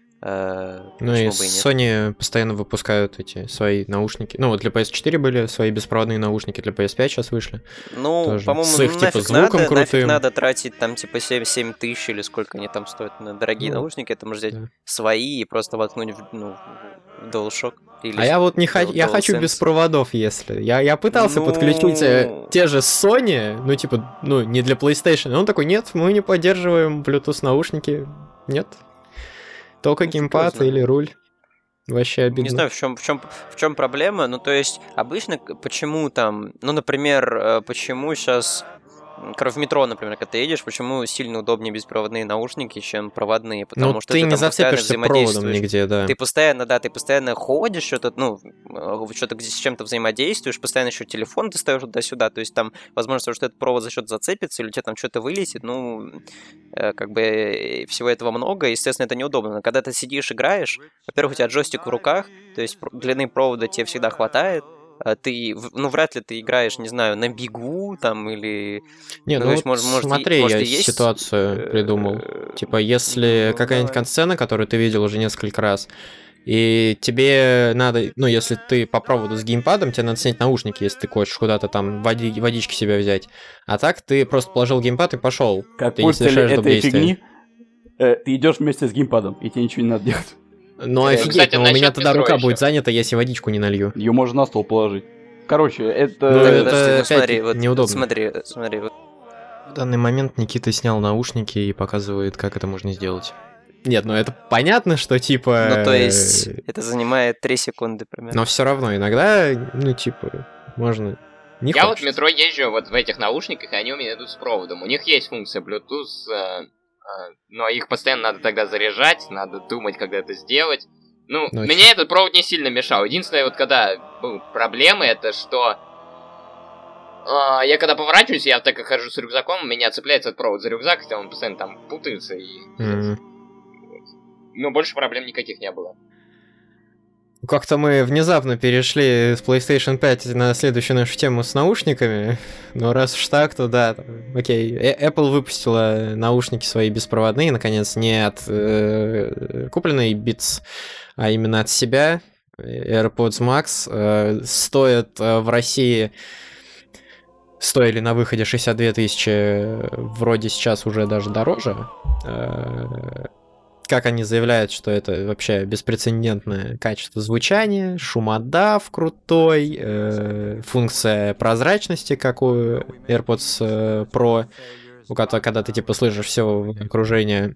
Э, Ну и почему бы и нет? Sony постоянно выпускают эти свои наушники. Ну вот для пи эс четыре были свои беспроводные наушники, для пи эс пять сейчас вышли. Ну, тоже. по-моему, С их, ну, типа, нафиг звуком надо, нафиг крутым. надо тратить там типа семь тысяч или сколько они там стоят на дорогие Ну, наушники. Это можно взять да. свои и просто воткнуть в, ну, в DualShock. Или А я вот не хочу, Dual- я хочу DualSense. без проводов, если. Я, я пытался Ну- подключить э, те же Sony, ну типа, ну не для PlayStation. И он такой, нет, мы не поддерживаем Bluetooth наушники. Нет. Только Ну, геймпад серьезно? или руль. Вообще обидно. Не знаю, в чем, в чем, в чем проблема. Ну, то есть, обычно, к- почему там, ну, например, э, почему сейчас, в метро, например, когда ты едешь, почему сильно удобнее беспроводные наушники, чем проводные? Потому Ну что ты ты не там постоянно зацепишься проводом взаимодействуешь. нигде, да. Ты постоянно, да, ты постоянно ходишь, что-то, ну, э, что-то где с чем-то взаимодействуешь, постоянно еще телефон ты ставишь туда-сюда, то есть там возможно, что этот провод за счет зацепится, или у тебя там что-то вылетит, ну, э, как бы э, всего этого много, естественно, это неудобно. Но когда ты сидишь, играешь, во-первых, у тебя джойстик в руках, то есть пр- длины провода тебе всегда хватает, а ты, в- ну, вряд ли ты играешь, не знаю, на бегу там или... Не, ну, ну, то есть, вот может, может, и- смотри, может, я и есть, ситуацию э, придумал. Типа, если ну, какая-нибудь давай. катсцена, которую ты видел уже несколько раз, и тебе надо, ну, если ты по проводу с геймпадом, тебе надо снять наушники, если ты хочешь куда-то там води, водички себе взять. А так ты просто положил геймпад и пошел. Как Ты не после совершаешь доп. этой действия. фигни, э, ты идешь вместе с геймпадом, и тебе ничего не надо делать. Ну, Реально. офигеть, Кстати, но у меня насчет тогда метро рука ещё. будет занята, если водичку не налью. Ее можно на стол положить. Короче, это... Ну, Так, это подожди, ну, опять смотри, вот, неудобно. смотри, смотри, вот В данный момент Никита снял наушники и показывает, как это можно сделать. Нет, ну это понятно, что типа... ну, то есть, э, это занимает три секунды примерно. Но все равно иногда, ну, типа, можно... Не Я вот в хочется. метро езжу вот в этих наушниках, и они у меня идут с проводом. У них есть функция Bluetooth, э, э, но их постоянно надо тогда заряжать, надо думать, когда это сделать. Ну, Ну, мне этот провод не сильно мешал. Единственное, вот когда ну, проблемы, это что... э, я когда поворачиваюсь, я так как хожу с рюкзаком, меня цепляется этот провод за рюкзак, хотя он постоянно там путается. И... Мгм. Ну, больше проблем никаких не было. Как-то мы внезапно перешли с PlayStation пять на следующую нашу тему с наушниками. Но раз уж так, то да, там, окей. Э- Apple выпустила наушники свои беспроводные, наконец, не от э, купленной Beats, а именно от себя. AirPods Max э, стоят э, в России... Стоили на выходе шестьдесят две тысячи, вроде сейчас уже даже дороже. Э, Как они заявляют, что это вообще беспрецедентное качество звучания, шумодав крутой, э, функция прозрачности, как у AirPods э, Pro, у которой, когда ты типа слышишь все окружение.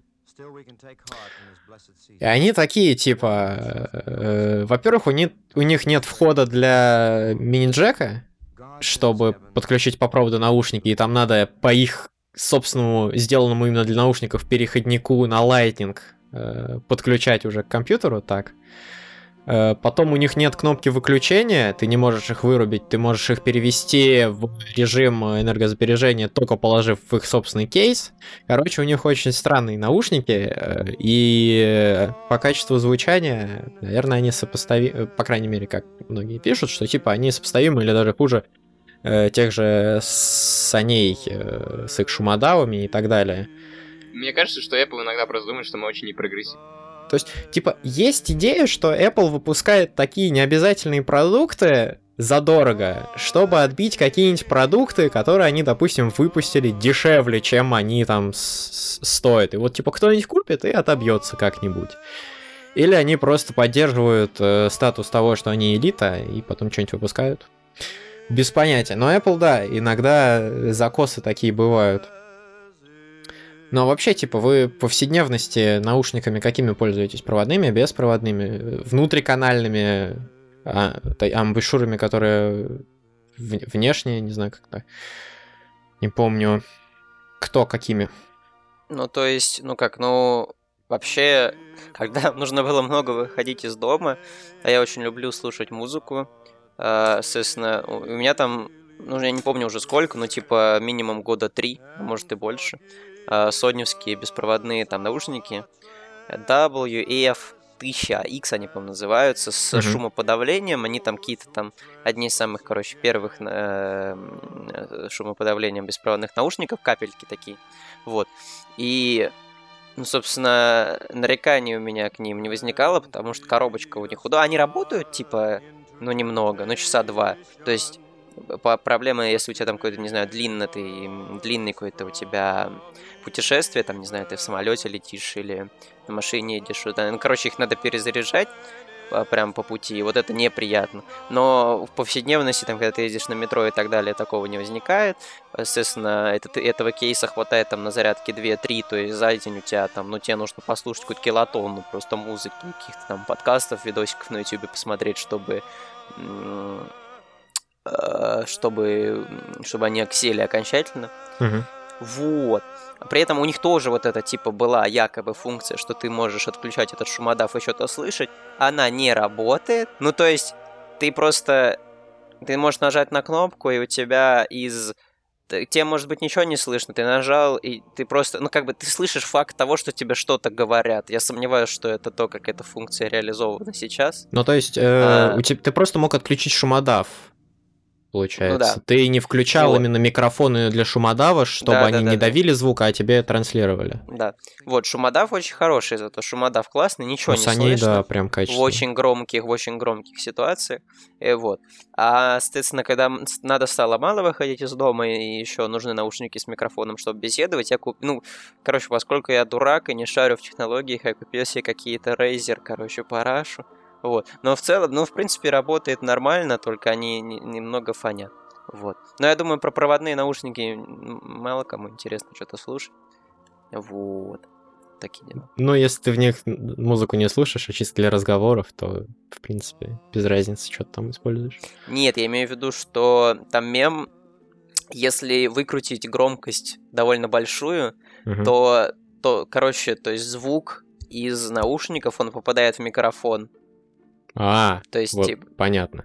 И они такие, типа, э, во-первых, у них, у них нет входа для мини-джека, чтобы подключить по проводу наушники, и там надо по их собственному, сделанному именно для наушников, переходнику на Lightning э, подключать уже к компьютеру, так. Э, потом у них нет кнопки выключения, ты не можешь их вырубить, ты можешь их перевести в режим энергосбережения, только положив в их собственный кейс. Короче, у них очень странные наушники, э, и по качеству звучания, наверное, они сопоставимы, по крайней мере, как многие пишут, что типа они сопоставимы или даже хуже э, тех же Sony э, с их шумодавами и так далее. Мне кажется, что Apple иногда просто думает, что мы очень непрогрессивны. То есть, типа, есть идея, что Apple выпускает такие необязательные продукты задорого, чтобы отбить какие-нибудь продукты, которые они, допустим, выпустили дешевле, чем они там с- стоят. И вот, типа, кто-нибудь купит и отобьется как-нибудь. Или они просто поддерживают э, статус того, что они элита, и потом что-нибудь выпускают. Без понятия. Но Apple, да, иногда закосы такие бывают. Но вообще, типа, вы в повседневности наушниками какими пользуетесь? Проводными, беспроводными, внутриканальными? а, та- амбушюрами, которые в- внешне, не знаю как-то, не помню, кто какими. Ну, то есть, ну как, ну, вообще, когда нужно было много выходить из дома, а я очень люблю слушать музыку, э, соответственно, у у меня там, ну, я не помню уже сколько, но типа минимум года три, а может и больше, э, соневские беспроводные там наушники, дабл ю эф тысяча икс они, по-моему, называются, с Мгм. шумоподавлением, они там какие-то там, одни из самых, короче, первых э, э, шумоподавлением беспроводных наушников, капельки такие, вот, и, ну, собственно, нареканий у меня к ним не возникало, потому что коробочка у них удобная. Они работают, типа, ну, немного, ну, часа два. То есть, по проблема, если у тебя там какой-то, не знаю, длинный, ты, длинный какой-то у тебя путешествие, там, не знаю, ты в самолете летишь или на машине едешь, вот, ну, короче, их надо перезаряжать а, прям по пути, и вот это неприятно. Но в повседневности, там, когда ты ездишь на метро и так далее, такого не возникает. Естественно, это, этого кейса хватает там на зарядке два-три, то есть за день у тебя там, ну, тебе нужно послушать какую-то килотонну просто музыки, каких-то там подкастов, видосиков на ютубе посмотреть, чтобы м, э, чтобы, чтобы они оксели окончательно. Мгм. Вот. При этом у них тоже вот эта типа была якобы функция, что ты можешь отключать этот шумодав и что-то слышать. Она не работает. Ну, то есть, ты просто... Ты можешь нажать на кнопку, и у тебя из... т- Тебе, может быть, ничего не слышно. Ты нажал, и ты просто... Ну, как бы, ты слышишь факт того, что тебе что-то говорят. Я сомневаюсь, что это то, как эта функция реализована сейчас. Ну, то есть, э, А. у тебя, ты просто мог отключить шумодав, получается. Ну да. Ты не включал Вот. именно микрофоны для шумодава, чтобы Да, они да, да, не да. давили звук, а тебе транслировали. Да. Вот, шумодав очень хороший, зато шумодав классный, ничего У не саней, слышно. да, прям В качественно. очень громких, в очень громких ситуациях. И вот. А, соответственно, когда м- с- надо стало мало выходить из дома, и еще нужны наушники с микрофоном, чтобы беседовать, я купил... Ну, короче, поскольку я дурак и не шарю в технологиях, я купил себе какие-то Razer, короче, парашу. Вот. Но в целом, ну, в принципе, работает нормально, только они не- немного фонят. Вот. Но я думаю, про проводные наушники м, мало кому интересно что-то слушать. Вот. Такие дела. Ну, если ты в них музыку не слушаешь, а чисто для разговоров, то, в принципе, без разницы, что ты там используешь. Нет, я имею в виду, что там мем, если выкрутить громкость довольно большую, Мгм. то, то, короче, то есть звук из наушников, он попадает в микрофон. А, То есть, вот, типа, понятно.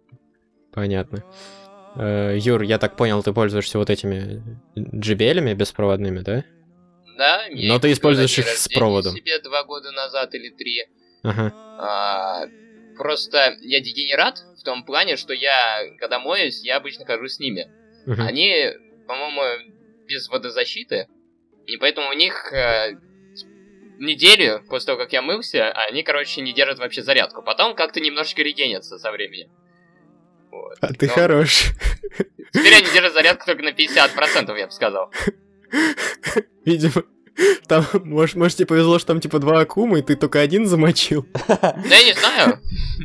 Понятно. Э, Юр, я так понял, ты пользуешься вот этими джей би эл-ами беспроводными, да? Да, я Но их ты купил используешь на день их с рождения проводом. себе два года назад или три. Ага. А, просто я дегенерат в том плане, что я, когда моюсь, я обычно хожу с ними. Мгм. Они, по-моему, без водозащиты, и поэтому у них э, неделю после того, как я мылся, они, короче, не держат вообще зарядку. Потом как-то немножечко регенятся со временем. Вот. А ты Но хорош. Теперь они держат зарядку только на пятьдесят процентов, я бы сказал. Видимо, там, может, может, тебе повезло, что там типа два аккума, и ты только один замочил. Да я не знаю.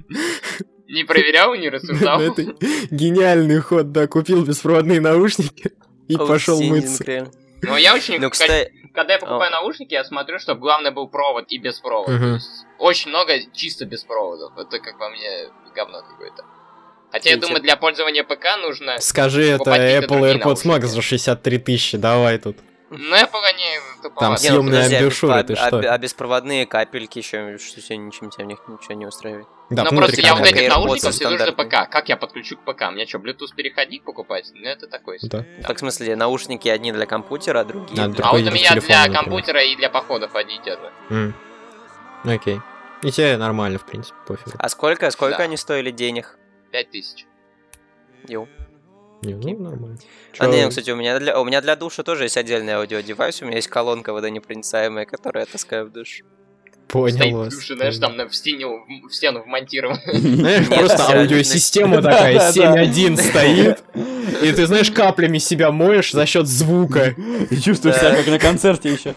Не проверял, не Ну, рассуждал. это гениальный ход, да, купил беспроводные наушники и пошел аутстендинг, мыться. реально. Но я очень... Ну, кстати, Когда я покупаю наушники, я смотрю, чтобы главное был провод и без провода. Мгм. То есть очень много чисто без проводов. Это как по мне говно какое-то. Хотя я Видите? думаю, для пользования ПК нужно... Скажи, это покупать какие-то Apple другие AirPods Max наушники. за шестьдат три тысячи, давай тут. Ну, Apple они Там туповаты. Не, ну, съемные подожди, а амбушюры, беспро- ты а- что? А беспроводные капельки еще, что тебя ничем тебя в них ничего не устраивает. Да, Ну, внутри просто я вот камеры. как этих AirPods наушников сижу за стандартные. ПК. Как я подключу к ПК? Мне что, Bluetooth переходник покупать? Ну, это такое. себе. Да. Так, в смысле, наушники одни для компьютера, а другие А, для... А другой вот у для меня телефона, для например. компьютера и для походов одни и те же. М. Окей. И тебе нормально, в принципе, пофиг. А сколько, сколько Да. они стоили денег? Пять тысяч. Йоу. Не, ну, нормально. А, Чё- не, ну, кстати, у меня для, у меня для душа тоже есть отдельный аудиодевайс. У меня есть колонка водонепроницаемая, которую я таскаю в душ. Понял Стоит в вас. душе, знаешь, там на, в, стену, в стену вмонтирован. Знаешь, Нет, просто всё, аудиосистема Да, такая, да, да. семь один стоит, и ты, знаешь, каплями себя моешь за счет звука. И чувствуешь Да. себя как на концерте еще.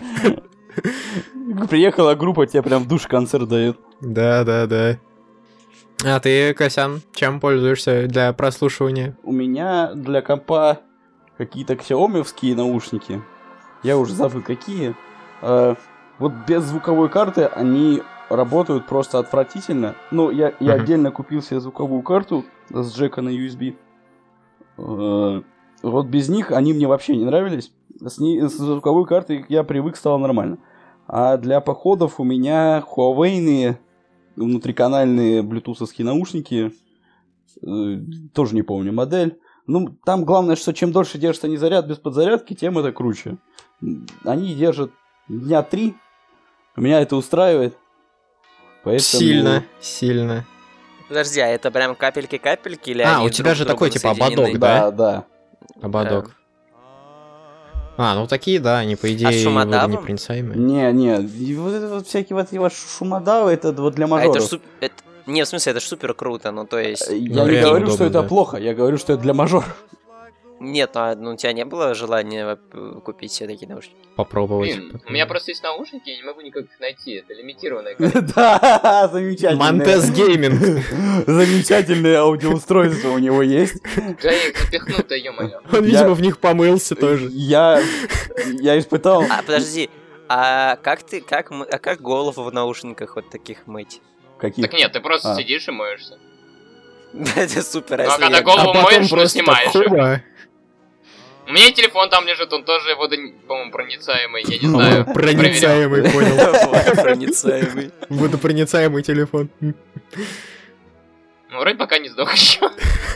Приехала группа, тебе прям в душ концерт дает. Да, да, да. А ты, Косян, чем пользуешься для прослушивания? У меня для компа какие-то ксиомовские наушники. Я уже забыл какие. Э, Вот без звуковой карты они работают просто отвратительно. Ну, я, я Мгм. отдельно купил себе звуковую карту с джека на ю эс би. Э, Вот без них они мне вообще не нравились. С, ней, с звуковой картой я привык, стало нормально. А для походов у меня Huawei внутриканальные блютусовские наушники. э, Тоже не помню модель. Ну, там главное, что чем дольше держится не заряд без подзарядки, тем это круче. Они держат дня три. Меня это устраивает. Поэтому... Сильно, сильно. Подожди, а это прям капельки-капельки или А, они у тебя друг же к другу такой, типа, соединены? ободок, Да, да. Ободок. А, ну такие, да, они, по идее, шумодавом? водонепроницаемые. Не, не, и вот это вот всякие вот эти вот шумодавы, это вот для А мажоров. это ж суп- это- Не, в смысле, это ж супер круто, ну то есть... Я Ну, не реально говорю, что удобно, это да. плохо, я говорю, что это для мажоров. Нет, ну, а, ну у тебя не было желания э, купить себе такие наушники? Попробовать. Блин, у меня просто есть наушники, я не могу никак их найти. Это лимитированное количество. Да, замечательное. Монтез Гейминг. Замечательное аудиоустройство у него есть. Да я их запихну-то, ё-моё. Он, Я- видимо, в них помылся тоже. Я, я испытал... А, подожди, а как ты, как, мы- а как голову в наушниках вот таких мыть? Какие? Так нет, ты просто А. сидишь и моешься. Это супер, Ну, а если когда я- голову А потом моешь, ну, просто снимаешь его. хоба. У меня и телефон там лежит, он тоже водо, по-моему, проницаемый, я не знаю. Проверял. Проницаемый, понял. Проницаемый. Водопроницаемый телефон. Ну, вроде пока не сдох еще.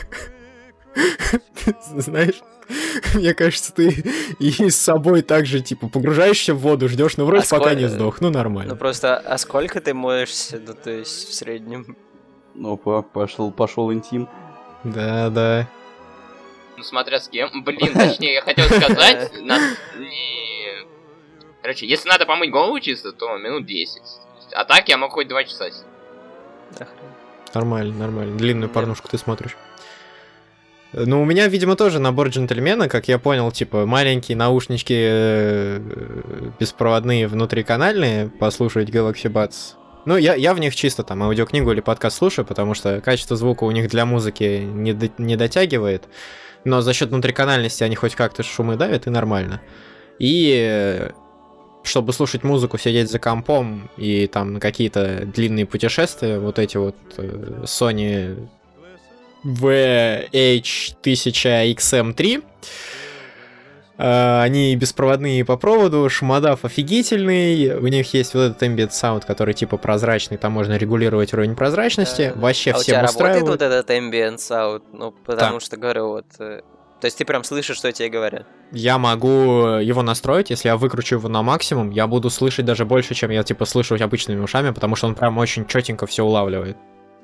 Знаешь, мне кажется, ты и с собой также, типа, погружаешься в воду, ждешь, но вроде А пока сколь- не сдох, ну Ну нормально. просто, а сколько ты моешься, ну то есть в среднем? Ну, по- пошел, пошел интим. Да, да. Ну, смотря с кем. Блин, точнее, я хотел сказать... на- не- Короче, если надо помыть голову чисто, то минут десять. А так я мог хоть два часа сидеть. Нормально, нормально. Длинную порнушку ты смотришь. Ну, у меня, видимо, тоже набор джентльмена, как я понял, типа, маленькие наушнички э, беспроводные внутриканальные, послушать Galaxy Buds. Ну, я, я в них чисто там аудиокнигу или подкаст слушаю, потому что качество звука у них для музыки не, до- не дотягивает, но за счет внутриканальности они хоть как-то шумы давят, и нормально. И э, чтобы слушать музыку, сидеть за компом и там на какие-то длинные путешествия, вот эти вот э, Sony ви эйч тысяча икс эм три. Э, Они беспроводные по проводу, шумодав офигительный, у них есть вот этот ambient sound, который типа прозрачный, там можно регулировать уровень прозрачности, Да. вообще А у всем тебя работает устраивает. вот этот ambient sound? Ну, потому Да. что, говорю, вот... э, То есть ты прям слышишь, что тебе говорят? Я могу его настроить, если я выкручу его на максимум, я буду слышать даже больше, чем я типа слышу обычными ушами, потому что он прям очень четенько все улавливает.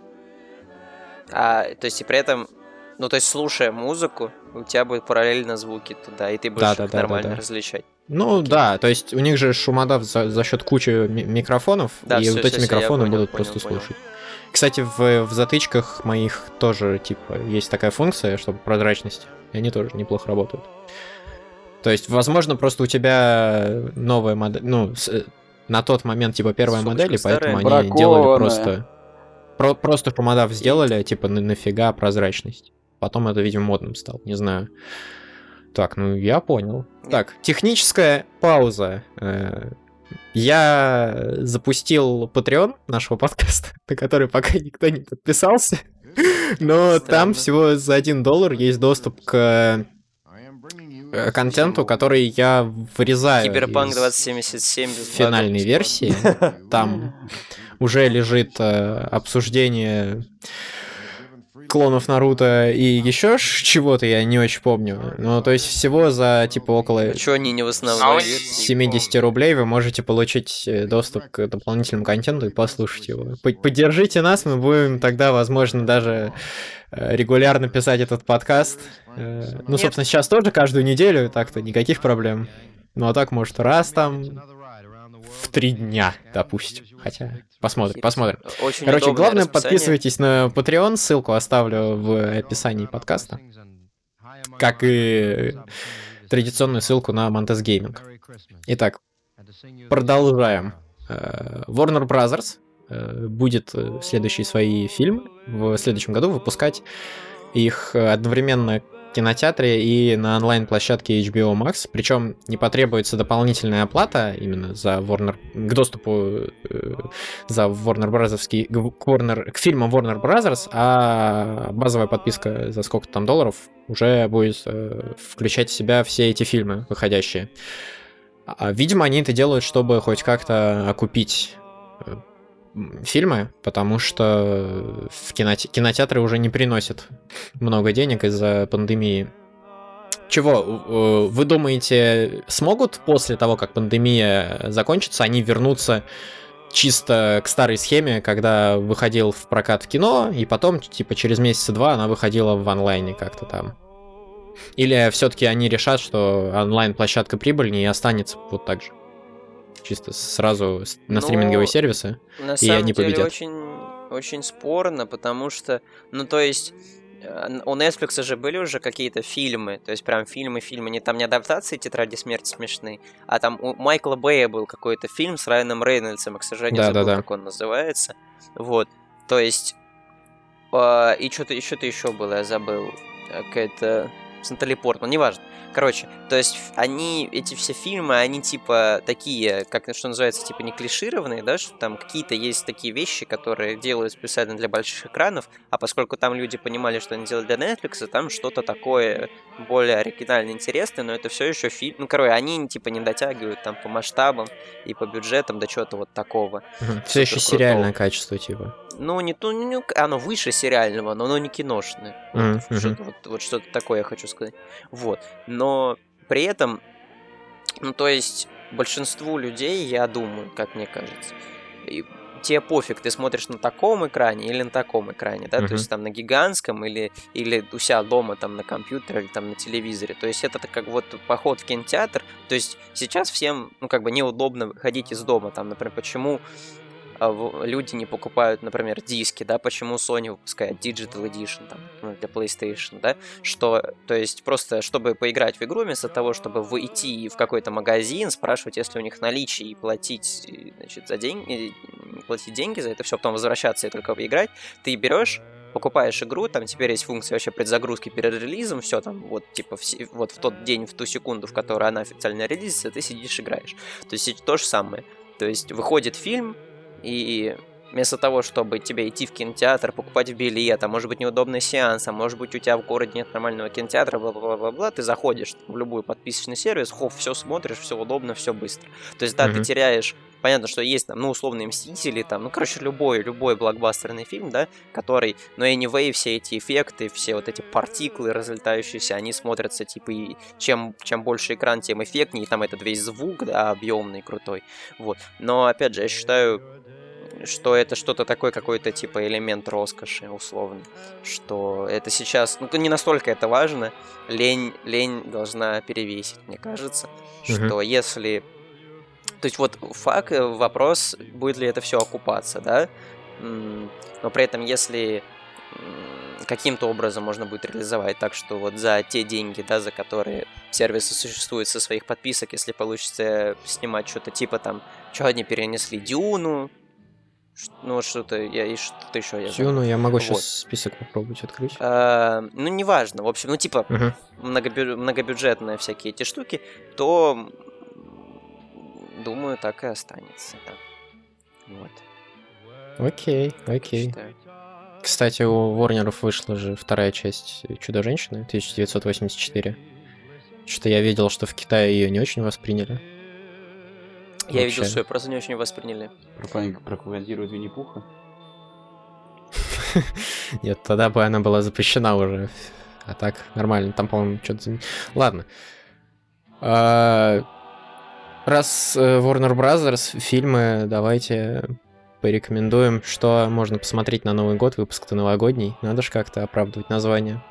А, то есть и при этом... Ну, то есть слушая музыку, у тебя будут параллельно звуки туда, и ты будешь Да-да-да-да-да. их нормально различать. Ну Окей. да, то есть у них же шумодав за, за счет кучи ми- микрофонов, Да, и всё, вот всё, эти всё, я микрофоны понял, будут понял, просто понял. слушать. Кстати, в, в затычках моих тоже, типа, есть такая функция, чтобы прозрачность, и они тоже неплохо работают. То есть, возможно, просто у тебя новая модель, ну, с- на тот момент, типа, первая Сумочка модель, и поэтому старая. они делали Бракованная. просто... Про, просто шумодав сделали, типа, на- нафига прозрачность. Потом это, видимо, модным стало, не знаю. Так, ну я понял. Так, техническая пауза. Э, Я запустил Patreon нашего подкаста, на который пока никто не подписался. Но Странно. там всего за один доллар есть доступ к э, контенту, который я вырезаю Киберпанк из двадцать семьдесят семь без багов, финальной бесплатно. версии. Там уже лежит э, обсуждение клонов Наруто и еще ш- чего-то, я не очень помню. Ну, то есть всего за, типа, около А чё они не в А основной он- версии? семьдесят рублей вы можете получить э, доступ к дополнительному контенту и послушать его. П- Поддержите нас, мы будем тогда, возможно, даже э, регулярно писать этот подкаст. Э, Ну, собственно, сейчас тоже каждую неделю, так-то никаких проблем. Ну, а так, может, раз там в три дня, допустим. Хотя, посмотрим, посмотрим. Очень Короче, удобное главное, расписание. подписывайтесь на Patreon, ссылку оставлю в описании подкаста, как и традиционную ссылку на Montes Gaming. Итак, продолжаем. Э, Warner Brothers э, будет э, следующие свои фильмы в следующем году выпускать их э, одновременно кинотеатре и на онлайн-площадке эйч би о Max, причем не потребуется дополнительная оплата именно за Warner, к доступу э, за Warner Bros. К, Warner, к фильмам Warner Bros., а базовая подписка за сколько там долларов уже будет э, включать в себя все эти фильмы выходящие. А, видимо, они это делают, чтобы хоть как-то окупить э, фильмы, потому что в киноте- кинотеатры уже не приносят много денег из-за пандемии. Чего, вы думаете, смогут после того, как пандемия закончится, они вернуться чисто к старой схеме, когда выходил в прокат в кино, и потом, типа, через месяца два она выходила в онлайне как-то там? Или все-таки они решат, что онлайн-площадка прибыльнее и останется вот так же? Чисто сразу на Ну, стриминговые сервисы, На и самом они деле победят. очень, очень спорно, потому что, ну то есть, э, у Netflix же были уже какие-то фильмы, то есть прям фильмы-фильмы, не там не адаптации «Тетради смерти» смешные, а там у Майкла Бэя был какой-то фильм с Райаном Рейнольдсом, я, к сожалению, забыл, Да-да-да. как он называется. Вот, то есть, э, и что-то еще-то еще было, я забыл, э, какая-то... с Натали Портман, неважно. Короче, то есть они, эти все фильмы, они типа такие, как что называется, типа не клишированные, да, что там какие-то есть такие вещи, которые делают специально для больших экранов, а поскольку там люди понимали, что они делают для Netflix, там что-то такое более оригинально интересное, но это все еще фильм. Ну, короче, они типа не дотягивают там по масштабам и по бюджетам до чего-то вот такого. Все еще суперкрутого. сериальное качество, типа. Ну, не то, ну, оно выше сериального, но оно не киношное. Мгм, Вот, что-то, вот, вот что-то такое я хочу сказать. Вот. Но при этом, ну, то есть, большинству людей, я думаю, как мне кажется, и тебе пофиг, ты смотришь на таком экране или на таком экране, да, Мгм. то есть там на гигантском или, или у себя дома там на компьютере или там на телевизоре. То есть это как вот поход в кинотеатр. То есть сейчас всем, ну, как бы неудобно выходить из дома. Там, например, почему люди не покупают, например, диски, да, почему Sony выпускает Digital Edition там, ну, для PlayStation, да, что, то есть просто, чтобы поиграть в игру, вместо того, чтобы выйти в какой-то магазин, спрашивать, если у них наличие, и платить, значит, за деньги, платить деньги за это все, потом возвращаться и только поиграть, ты берешь, покупаешь игру, там теперь есть функция вообще предзагрузки перед релизом, все там, вот, типа, все, вот в тот день, в ту секунду, в которой она официально релизится, ты сидишь, играешь. То есть то же самое. То есть выходит фильм, и вместо того, чтобы тебе идти в кинотеатр, покупать билет, а может быть неудобный сеанс, а может быть у тебя в городе нет нормального кинотеатра, бла-бла-бла-бла, ты заходишь в любой подписочный сервис, хоп, все смотришь, все удобно, все быстро. То есть, да, Мгм. ты теряешь, понятно, что есть там, ну, условные Мстители, там, ну, короче, любой, любой блокбастерный фильм, да, который, но anyway, все эти эффекты, все вот эти партиклы разлетающиеся, они смотрятся, типа, и чем, чем больше экран, тем эффектнее, и там этот весь звук, да, объемный, крутой, вот. Но, опять же, я считаю, что это что-то такое, какой-то типа элемент роскоши, условно. Что это сейчас, ну, не настолько это важно, лень, лень должна перевесить, мне кажется. Мгм. Что если... То есть вот факт, вопрос, будет ли это все окупаться, да? М, Но при этом, если м, каким-то образом можно будет реализовать так, что вот за те деньги, да, за которые сервисы существуют со своих подписок, если получится снимать что-то типа там, что они перенесли Дюну, Ш- ну, что-то, я и что-то еще я Тюну забыл. я могу Вот. сейчас список попробовать открыть. А, ну, неважно, в общем, ну, типа, Мгм. многобю- многобюджетные всякие эти штуки, то, м, думаю, так и останется, да. Вот, Окей, так я окей. считаю. Кстати, у Ворнеров вышла же вторая часть Чудо-женщины тысяча девятьсот восемьдесят четыре. Что-то я видел, что в Китае ее не очень восприняли. Я Вообще. видел, что ее просто не очень восприняли. Пропаг- Пропагандирует Винни-Пуха. Нет, тогда бы она была запрещена уже. А так, нормально. Там, по-моему, что-то... зам- Ладно. А, Раз э, Warner Bros. Фильмы, давайте порекомендуем, что можно посмотреть на Новый год. Выпуск-то новогодний. Надо же как-то оправдывать название.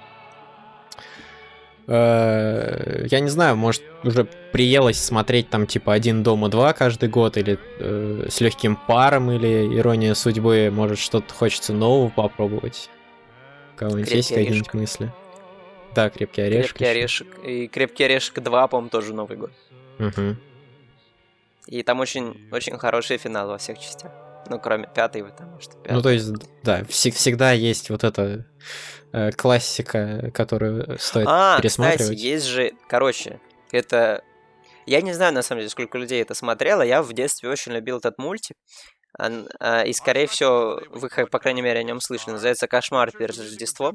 Э, Я не знаю, может, уже приелось смотреть там типа «Один дома два» каждый год, или э, «С легким паром», или «Ирония судьбы». Может, что-то хочется нового попробовать. У кого-нибудь есть «Крепкий какие-нибудь орешек». мысли? Да, «Крепкий орешек». Крепкий орешек. И Крепкий орешек два, по-моему, тоже Новый год. Угу. И там очень, очень хороший финал во всех частях. Ну, кроме пятой, потому что пятый. Ну, то есть, да, вс- всегда есть вот эта э, классика, которую стоит А, пересматривать. кстати, есть же... Короче, это... Я не знаю, на самом деле, сколько людей это смотрело. Я в детстве очень любил этот мультик. Ан- а, И, скорее всего, вы, как- по крайней мере, о нем слышали. Называется «Кошмар перед Рождеством».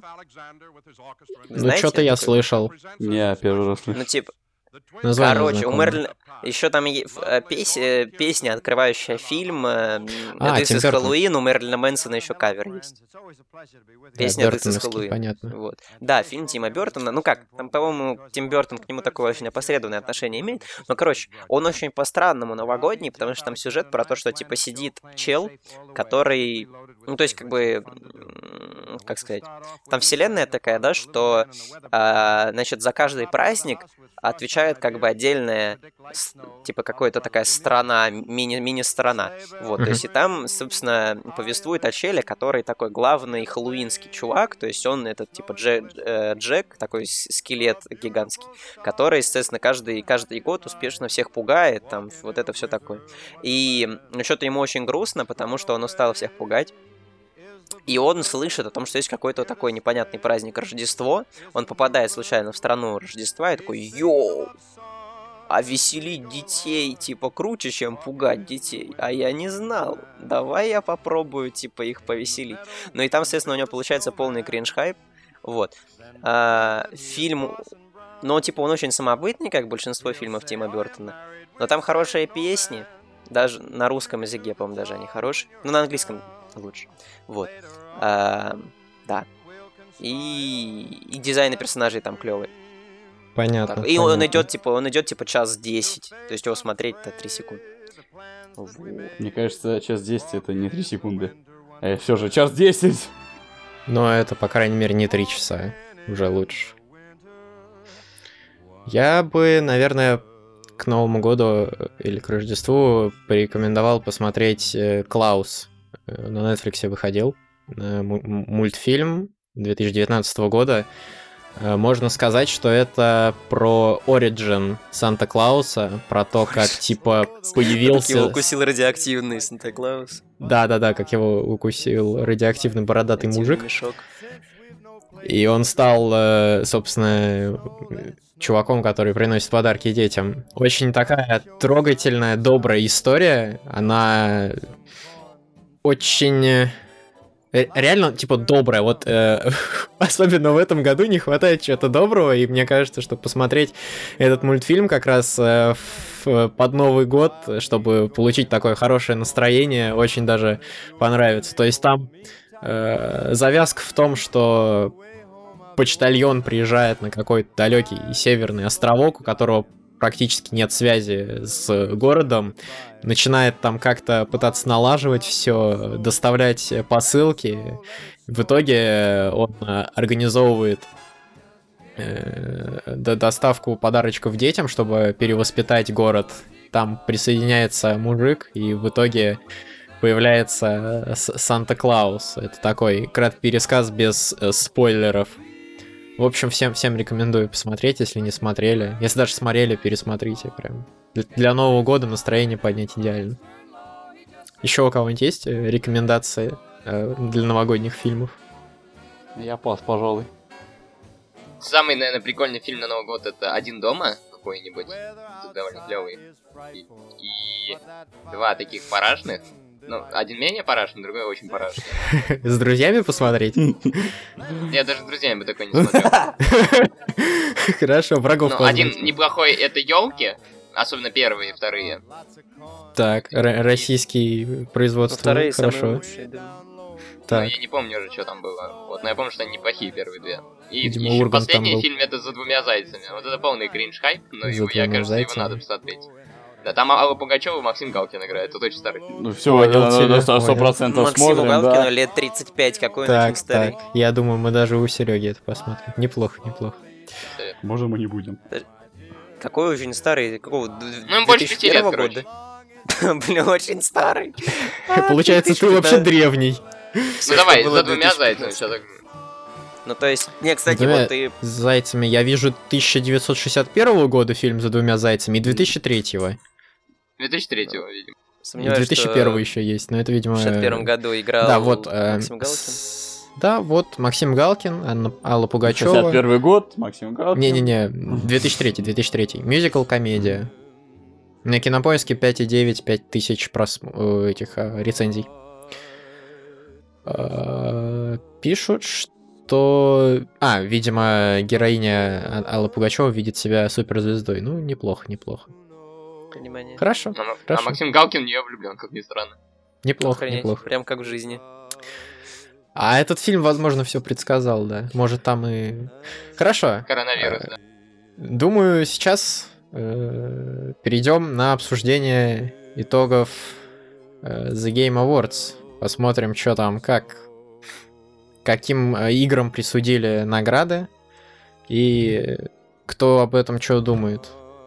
Ну, Знаете что-то я такой? слышал. Не, первый раз слышу. Ну, типа, Название короче, у знакомое. Мерлин... Еще там е- в- э, пес- э, песня, открывающая фильм э, м, А, «This Тим is Бёртон. Halloween», у Мерлина Мэнсона еще кавер есть. Да, Песня «This is Бёртоновский, Halloween». понятно. Вот. Да, фильм Тима Бёртона. Ну как, там, по-моему, Тим Бёртон к нему такое очень опосредованное отношение имеет. Но, короче, он очень по-странному новогодний, потому что там сюжет про то, что, типа, сидит чел, который... Ну, то есть, как бы... м, Как сказать? Там вселенная такая, да, что, а, значит, за каждый праздник отвечает как бы отдельная, с- типа, какая-то такая страна, мини- мини-страна. Вот, то Мгм. есть, и там, собственно, повествует о челе, который такой главный хэллоуинский чувак, то есть он этот, типа, Дже- э, Джек, такой с- скелет гигантский, который, естественно, каждый, каждый год успешно всех пугает, там, вот это все такое. И ну, что-то ему очень грустно, потому что он устал всех пугать. И он слышит о том, что есть какой-то такой непонятный праздник Рождество. Он попадает случайно в страну Рождества и такой: йоу, а веселить детей, типа, круче, чем пугать детей. А я не знал. Давай я попробую, типа, их повеселить. Ну и там, соответственно, у него получается полный кринж-хайп. Вот. А, фильм... Ну, типа, он очень самобытный, как большинство фильмов Тима Бёртона. Но там хорошие песни. Даже на русском языке, по-моему, даже они хорошие. Ну, на английском лучше. Вот. А, да. И... и дизайны персонажей там клевые. Понятно. Так, и он понятно. идет, типа, он идет, типа, час десять. То есть его смотреть-то три секунды. Вот. Мне кажется, час десять это не три секунды. Э, все же, час десять! Но это, по крайней мере, не три часа. Уже лучше. Я бы, наверное, к Новому году э, или к Рождеству порекомендовал посмотреть э, «Клаус». Э, На Netflix выходил. Э, му- м- Мультфильм две тысячи девятнадцатого года. Э, Можно сказать, что это про оригин Санта-Клауса, про то, как, типа, Как его появился... укусил радиоактивный Санта-Клаус. Да-да-да, как его укусил радиоактивный бородатый Активный мужик. мешок. И он стал, э, собственно, чуваком, который приносит подарки детям. Очень такая трогательная, добрая история. Она очень... э, Реально, типа, добрая. Вот э, особенно в этом году не хватает чего-то доброго, и мне кажется, что посмотреть этот мультфильм как раз э, в- под Новый год, чтобы получить такое хорошее настроение, очень даже понравится. То есть там э, завязка в том, что почтальон приезжает на какой-то далекий северный островок, у которого практически нет связи с городом, начинает там как-то пытаться налаживать все, доставлять посылки. В итоге он э, организовывает э, до- доставку подарочков детям, чтобы перевоспитать город. Там присоединяется мужик, и в итоге появляется э, С- Санта-Клаус. Это такой краткий пересказ без э, спойлеров. В общем, всем, всем рекомендую посмотреть, если не смотрели. Если даже смотрели, пересмотрите прям. Для, для Нового года настроение поднять идеально. Еще у кого-нибудь есть э, рекомендации э, для новогодних фильмов? Я пас, пожалуй. Самый, наверное, прикольный фильм на Новый год — это «Один дома» какой-нибудь. Это довольно клевый. И, и два таких парашных. Ну, один менее парашный, другой очень парашный. С друзьями посмотреть? Я даже с друзьями бы такой не смотрел. Хорошо, врагов Ну, позвать. один неплохой — это «Елки», особенно первые и вторые. Так, р- российский Ну, производство, вторые самые хорошо. лучшие, да. Ну, Так, я не помню уже, что там было. Вот, но я помню, что они неплохие первые две. И Видимо, еще Ургант там последний был. фильм — это «За двумя зайцами». Вот это полный кринж-хайп, но «За его, я, двумя кажется, его зайцами». надо посмотреть. Да, там Алла Пугачева и Максим Галкин играет, это очень старый фильм. Ну все, Понял это тебя, сто понял. процентов Максиму смотрим, Галкину да. лет тридцать пять, какой он так, очень старый. так. Я думаю, мы даже у Сереги это посмотрим. Неплохо, неплохо. Может, мы не будем. Какой очень старый, какого? Ну, им больше пяти лет, короче. Блин, очень старый. Получается, ты вообще древний. Ну давай, было «За двумя две тысячи зайцами». пятнадцатый. Сейчас так... Ну, то есть, не, кстати, Двумя вот ты... зайцами. Я вижу тысяча девятьсот шестьдесят первого года фильм «За двумя зайцами» и две тысячи третьего. две тысячи третьего, видимо. Сомневаюсь, две тысячи первый что еще есть, но это, видимо... в шестьдесят первом году играл Да, вот... э, Максим Галкин. с- Да, вот Максим Галкин, Анна- Алла Пугачева. шестьдесят первый год, Максим Галкин. Не-не-не, две тысячи третий, две тысячи третий. Мюзикл-комедия. На Кинопоиске пять и девять, пять тысяч прос... э, этих э, рецензий. Э, Пишут, что... А, видимо, героиня А- Алла Пугачева видит себя суперзвездой. Ну, неплохо, неплохо. Понимание. Хорошо, А, а хорошо. Максим Галкин в нее влюблен, как ни странно. Неплохо, Охренеть, неплохо. прям как в жизни. А этот фильм, возможно, все предсказал, да. Может, там и... Хорошо. Коронавирус, Э, да. Думаю, сейчас э, перейдем на обсуждение итогов э, The Game Awards. Посмотрим, что там, как, каким э, играм присудили награды и кто об этом что думает.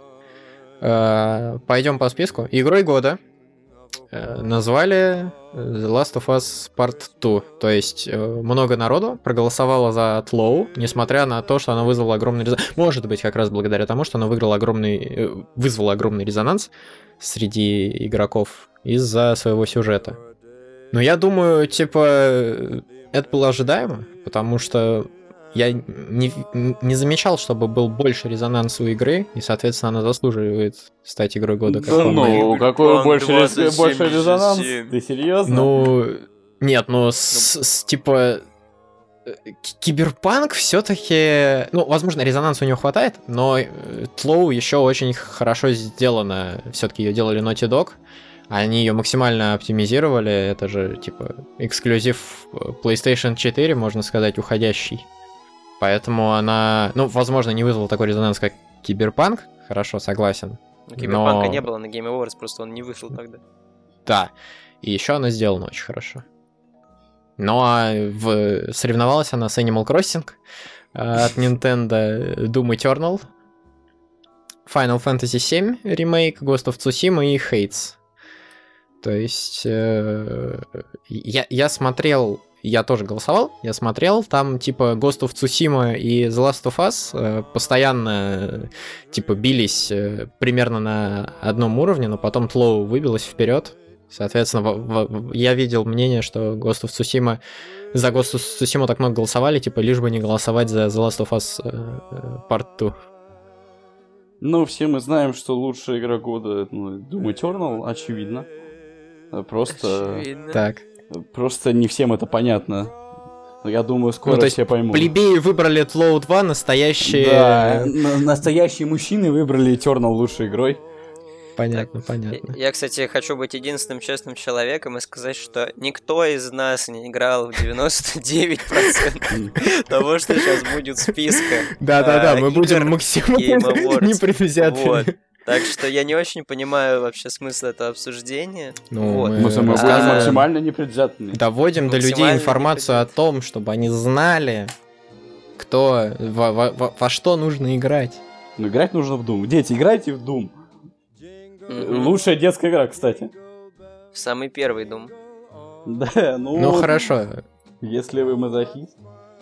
Э, пойдем по списку. Игрой года э, назвали The Last of Us Part два. То есть э, много народу проголосовало за Тлоу, несмотря на то, что она вызвала огромный резонанс. Может быть, как раз благодаря тому, что она выиграла огромный, э, вызвала огромный резонанс среди игроков из-за своего сюжета. Но я думаю, типа, это было ожидаемо, потому что я не, не замечал, чтобы был больше резонанс у игры, и, соответственно, она заслуживает стать игрой года. Как Да по мне. ну, какой Cyberpunk больше, рез- двадцать больше семьдесят резонанс? семь. Ты серьезно? Ну, нет, ну, с, с, типа, э, к- Киберпанк все-таки, ну, возможно, резонанса у него хватает, но э, Тлоу еще очень хорошо сделано. Все-таки ее делали Naughty Dog, они ее максимально оптимизировали. Это же, типа, эксклюзив э, PlayStation четыре, можно сказать, уходящий. Поэтому она, ну, возможно, не вызвала такой резонанс, как Киберпанк. Хорошо, согласен. Ну, Киберпанка Но- не было на Game Awards, просто он не вышел тогда. Да. И еще она сделана очень хорошо. Ну а в... соревновалась она с Animal Crossing э, от Nintendo, Doom Eternal, Final Fantasy семь ремейк, Ghost of Tsushima и Hades. То есть э, я, я смотрел, я тоже голосовал, я смотрел, там типа Ghost of Tsushima и The Last of Us э, постоянно э, типа бились э, примерно на одном уровне, но потом Тлоу выбилась вперед. Соответственно, в- в- я видел мнение, что Ghost of Tsushima, за Ghost of Tsushima так много голосовали, типа лишь бы не голосовать за The Last of Us э, э, Part два. Ну, все мы знаем, что лучшая игра года, ну, Doom Eternal, очевидно. Э, Просто, Очевидно. Так. просто не всем это понятно. Но я думаю, скоро Ну, то есть все поймут. Плебеи выбрали Тлоу два, настоящие... Да, на- настоящие мужчины выбрали Eternal лучшей игрой. Понятно, Я, понятно. я, кстати, хочу быть единственным честным человеком и сказать, что никто из нас не играл в девяносто девять процентов того, что сейчас будет в списке. Да-да-да, а, мы игр будем Game максимально Awards. непредвзятыми. Вот. Так что я не очень понимаю вообще смысл этого обсуждения. Ну, Вот. мы Мы, мы будем рассказываем, максимально непредвзятыми. доводим до людей Максимально информацию о непредвзято. том, чтобы они знали, кто, во, во- во- во что нужно играть. Но играть нужно в Doom. Дети, играйте в Doom. Мгм. Лучшая детская игра, кстати. В самый первый дум. Да, ну... Ну, хорошо. Если вы мазохист.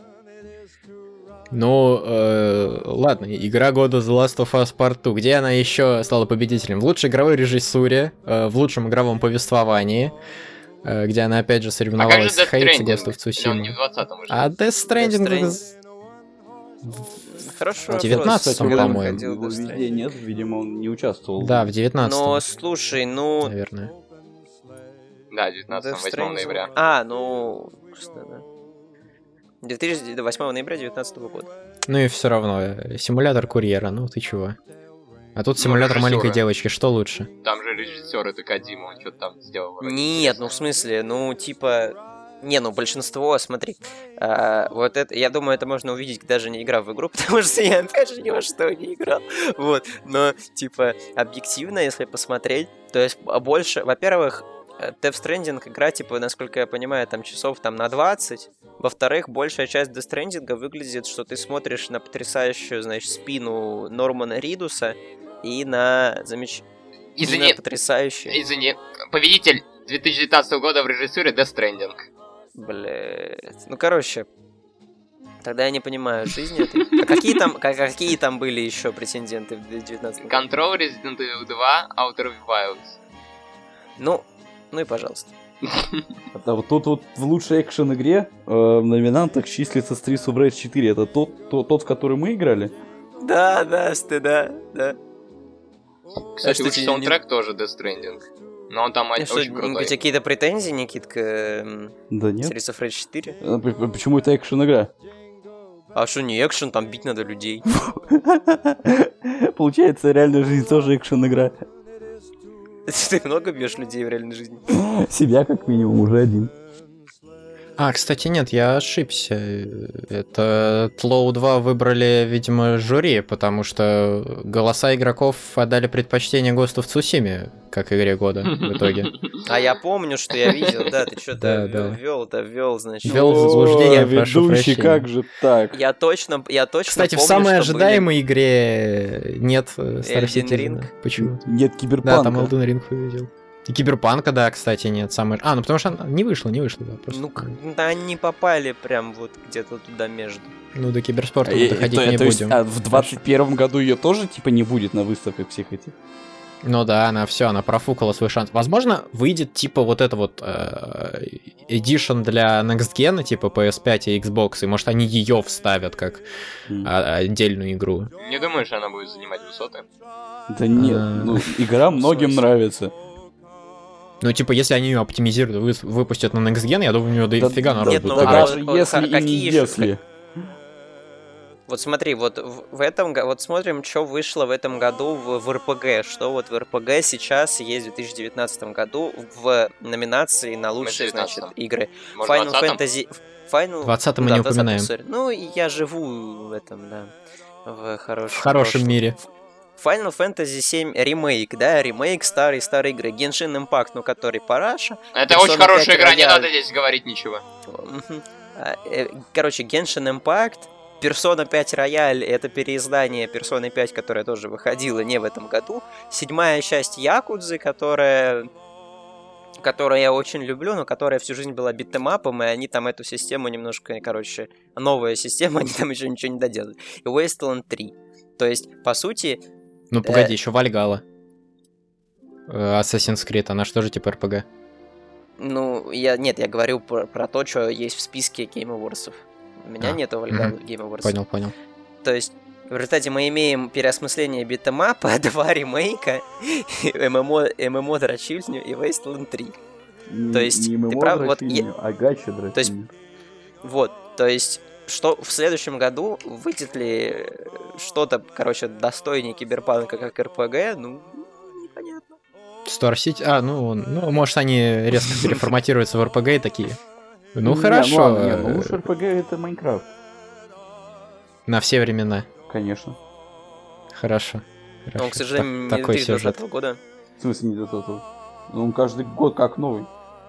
Ну, э, ладно, игра года The Last of Us Part два. Где она еще стала победителем? В лучшей игровой режиссуре, э, в лучшем игровом повествовании, э, где она опять же А как же соревновалась с Death Hades и Stranding? Ghost of Или он не Tsushima. в двадцатом уже? А Death Stranding... Death Хорошо. В девятнадцатом, Кстати, по-моему. его везде нет, видимо, он не участвовал. Да, в девятнадцатом, Но слушай, ну... наверное. Да, девятнадцатого, Death восьмого Stranding- ноября. А, ну... что, да. две тысячи восьмого ноября две тысячи девятнадцатого года. Ну и все равно, э, симулятор курьера, ну ты чего? А тут Ну, симулятор маленькой режиссёра. девочки, что лучше? Там же режиссер это Кодзима, он что-то там сделал. вроде Нет, ну в смысле, ну типа... Не, ну большинство, смотри, а, вот это, я думаю, это можно увидеть, даже не играв в игру, потому что я, опять же, ни во что не играл, вот, но, типа, объективно, если посмотреть, то есть а больше, во-первых, э, Death Stranding игра, типа, насколько я понимаю, там часов там на двадцать, во-вторых, большая часть Death Stranding выглядит, что ты смотришь на потрясающую, значит, спину Нормана Ридуса и на замеч... и Извини, на потрясающую... извини. Победитель две тысячи девятнадцатого года в режиссуре Death Stranding. Блять. Ну, короче, тогда я не понимаю жизни этой. А какие там, ка- какие там были еще претенденты в две тысячи девятнадцатом году? Control, Resident Evil два, Outer Wilds. Ну, ну и пожалуйста. Это вот тут вот в лучшей экшен-игре э, в номинантах числится Streets of Rage четыре. Это тот, тот, тот, в который мы играли? Да, да, стыда, да. Кстати, А что, лучший тебе саундтрек тоже Death Stranding. Но он там А очень что, у крутой. тебя какие-то претензии, Никит, к эм, Да нет. Streets of Rage четыре? А п- п- Почему это экшен-игра? А что не экшен, там бить надо людей. Получается, реальная жизнь тоже экшен-игра. Ты много бьешь людей в реальной жизни? Себя как минимум уже один. А, кстати, нет, я ошибся. Это Тлоу два выбрали, видимо, жюри, потому что голоса игроков отдали предпочтение Ghost of Tsushima, как игре года в итоге. А я помню, что я видел, да, ты Да, что-то да. ввел-то, ввел, значит. Ввел в заблуждение, Ой, прошу ведущий, прощения. как же так? Я точно, я точно Кстати, в помню, самой что ожидаемой игре нет э, Star Elden Citizen. Ring? Почему? Нет Да, киберпанка. там Elden Ring победил. И Киберпанка, да, кстати, нет. Самый... А, ну потому что она не вышла, не вышла, да. Просто... Ну, к- да, они попали прям вот где-то туда между. Ну, до киберспорта Э, мы э, доходить то- не то есть, будем. а в двадцать первом году ее тоже типа не будет на выставках всех этих? Ну да, она все, она профукала свой шанс. Возможно, выйдет типа вот это вот э, Edition для Next Gen, типа пи эс пять и Xbox, и может они ее вставят как М. а, отдельную игру. Не думаю, что она будет занимать высоты. Да нет, А. ну игра многим смысле? нравится. Ну, типа, если они ее оптимизируют, вы- выпустят на Next Gen, я думаю, у нее Да- дофига народ нет, будет ну, Да а играть. даже вот, если ха- и не какие же- если. Вот смотри, вот в, в этом го- вот смотрим, что вышло в этом году в, в эр пи джи. Что вот в эр пи джи сейчас есть в две тысячи девятнадцатом году в номинации на лучшие, значит, девятнадцатом. игры. Может, Final двадцатом? Fantasy... Final... В двадцатом мы да, не в двадцатом, упоминаем. sorry. Ну, я живу в этом, да. В хорошем, В хорошем прошлом. мире. Final Fantasy семь ремейк, да, ремейк старой-старой игры. Genshin Impact, ну, который параша. Это Persona очень хорошая пять игра, не Royal. надо здесь говорить ничего. Мгм. А, э, Короче, Genshin Impact, Persona пять Royal — это переиздание Persona пять, которая тоже выходила не в этом году. Седьмая часть Якудзы, которая... которую я очень люблю, но которая всю жизнь была битэмапом, и они там эту систему немножко, короче, новая система, они там еще ничего не доделали. И Wasteland три. То есть, по сути, Ну, погоди, еще Вальгала. Э, Assassin's Creed, она что же типа эр пи джи? ну, я... Нет, я говорю про, про то, что есть в списке Game Awards. У меня А, нету Вальгаллы мгм. в Game Awards. Понял, понял. То есть, в результате мы имеем переосмысление битэмапа, два ремейка, ММО, ММО дрочильню и Wasteland три. То есть, не ты ММО прав, вот дрочильню, а гача дрочильню. То есть, Вот, то есть, что в следующем году выйдет ли что-то, короче, достойнее киберпанка, как эр пи джи, ну, непонятно. Star City... А, ну, он- ну, может, они резко переформатируются в эр пи джи и такие. Ну, Не, хорошо. ладно, не, ну лучше эр пи джи это Майнкрафт, На все времена. конечно. Хорошо. Хорошо. Но он, к сожалению, Так- не такой две тысячи двадцатого сюжет. года. В смысле не до этого? Ну, он каждый год как новый.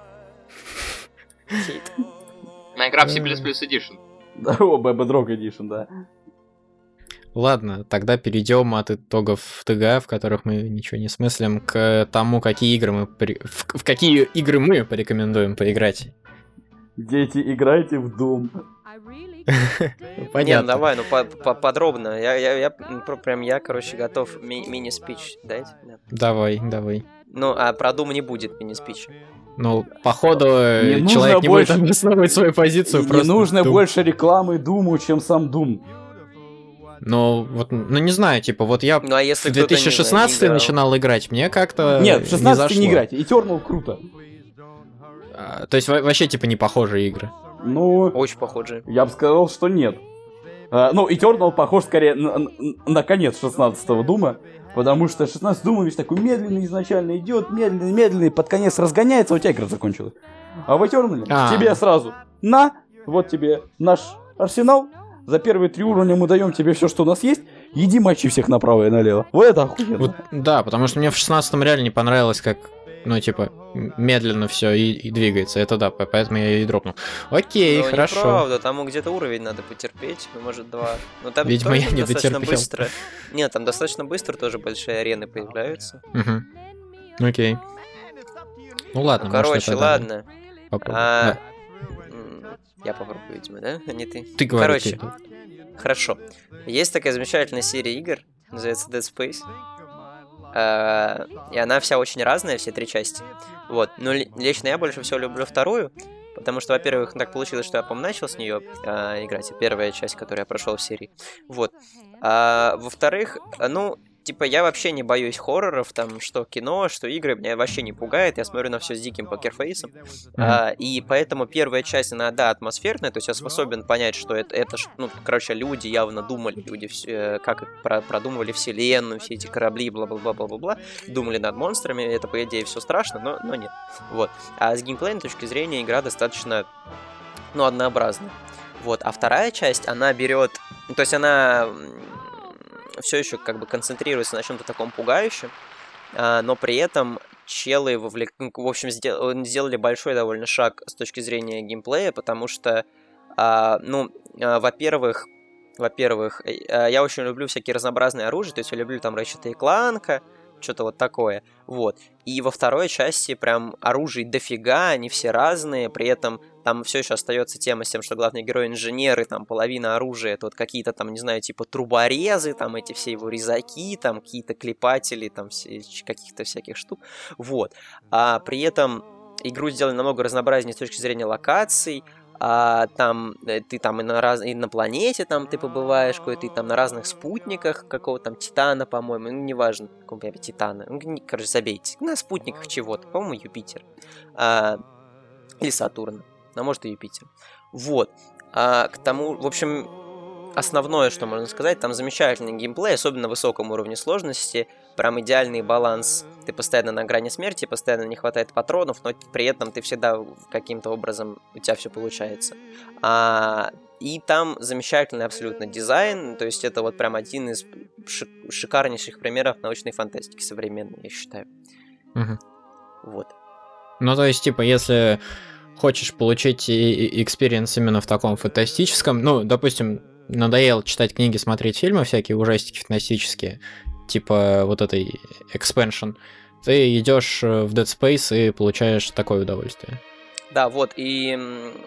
Хейт. Minecraft C++ Edition. Да, о, Bedrock Edition, да. Ладно, тогда перейдем от итогов ТГ, в которых мы ничего не смыслим, к тому, какие игры мы пори- в, в какие игры мы порекомендуем поиграть. Дети, играйте в Doom. Понятно. Не, ну давай, ну по- по- подробно. Я, я, я, м, про- прям я, короче, готов ми- мини-спич дать. Да. Давай, давай. Ну, а про Doom не будет мини-спича. Ну, походу, э, Не человек нужно не больше- будет обосновывать свою позицию. Не просто нужно Doom. больше рекламы Думу, чем сам Doom. Ну, вот, ну не знаю, типа, вот я Ну, а если в кто-то две тысячи шестнадцатом не играл? начинал играть, мне как-то Нет, в шестнадцатом зашло. не играть. Eternal круто. А, то есть во- вообще, типа, не похожие игры. Ну, Очень похоже. я бы сказал, что нет. А, ну, Eternal похож скорее на, на- на конец шестнадцатого Дума, потому что шестнадцатый Дума весь такой медленный изначально идет, медленный, медленный, под конец разгоняется, а у тебя игра закончилась. А в Eternal А. тебе сразу на, вот тебе наш арсенал, за первые три уровня мы даем тебе все, что у нас есть, иди мочи всех направо и налево. Вот это охуенно. Вот, да, потому что мне в шестнадцатом реально не понравилось, как, ну, типа, м- медленно все и, и двигается. Это да, по- поэтому я и дропнул. Окей, Ну, хорошо. неправда, там где-то уровень надо потерпеть, ну, может, два. Ну, там Видимо, тоже я не достаточно дотерпел. быстро. Нет, там достаточно быстро тоже большие арены появляются. Мгм. Окей. Ну ладно, Ну, может, короче, это, да, ладно. попробуем. А, Да. м, Я попробую, видимо, да? А не ты. Ты говори. Короче, ты. хорошо. Есть такая замечательная серия игр, называется Dead Space. э, и она вся очень разная, все три части. Вот. Но ли- лично я больше всего люблю вторую, потому что, во-первых, так получилось, что я, по-моему, начал с нее э, играть, первая часть, которую я прошел в серии. Вот. А, во-вторых, ну, типа, я вообще не боюсь хорроров, там, что кино, что игры, меня вообще не пугает, я смотрю на все с диким покерфейсом, mm-hmm. а, и поэтому первая часть, она, да, атмосферная, то есть я способен понять, что это, это ну, короче, люди явно думали, люди, все, как про- продумывали вселенную, все эти корабли, бла-бла-бла-бла-бла-бла, думали над монстрами, это, по идее, все страшно, но, но нет, вот. А с геймплейной точки зрения игра достаточно, ну, однообразная. Вот, а вторая часть, она берет, то есть она все еще как бы концентрируется на чем-то таком пугающем, а, но при этом челы вовлек... в общем, сдел... сделали большой довольно шаг с точки зрения геймплея, потому что, а, ну, а, во-первых, во-первых, а, я очень люблю всякие разнообразные оружия, то есть я люблю там Ratchet и Clank, что-то вот такое, вот. И во второй части прям оружий дофига, они все разные, при этом там все еще остается тема с тем, что главный герой инженер, и там половина оружия это вот какие-то там, не знаю, типа труборезы, там эти все его резаки, там какие-то клепатели, там все, каких-то всяких штук, вот. А при этом игру сделали намного разнообразнее с точки зрения локаций, а там ты там и на, раз... и на планете там ты побываешь, ты там на разных спутниках какого-то там Титана, по-моему, ну неважно, какого-нибудь Титана, ну, короче, забейте, на спутниках чего-то, по-моему, Юпитер, а... или Сатурн, а может и Юпитер, вот, а к тому, в общем, основное, что можно сказать, там замечательный геймплей, особенно на высоком уровне сложности, прям идеальный баланс. Ты постоянно на грани смерти, постоянно не хватает патронов, но при этом ты всегда каким-то образом, у тебя все получается. А, и там замечательный абсолютно дизайн, то есть это вот прям один из шик- шикарнейших примеров научной фантастики современной, я считаю. Угу. Вот. Ну, то есть, типа, если хочешь получить экспириенс именно в таком фантастическом, ну, допустим, надоело читать книги, смотреть фильмы всякие ужастики фантастические, типа вот этой expansion, ты идешь в Dead Space и получаешь такое удовольствие. Да, вот, и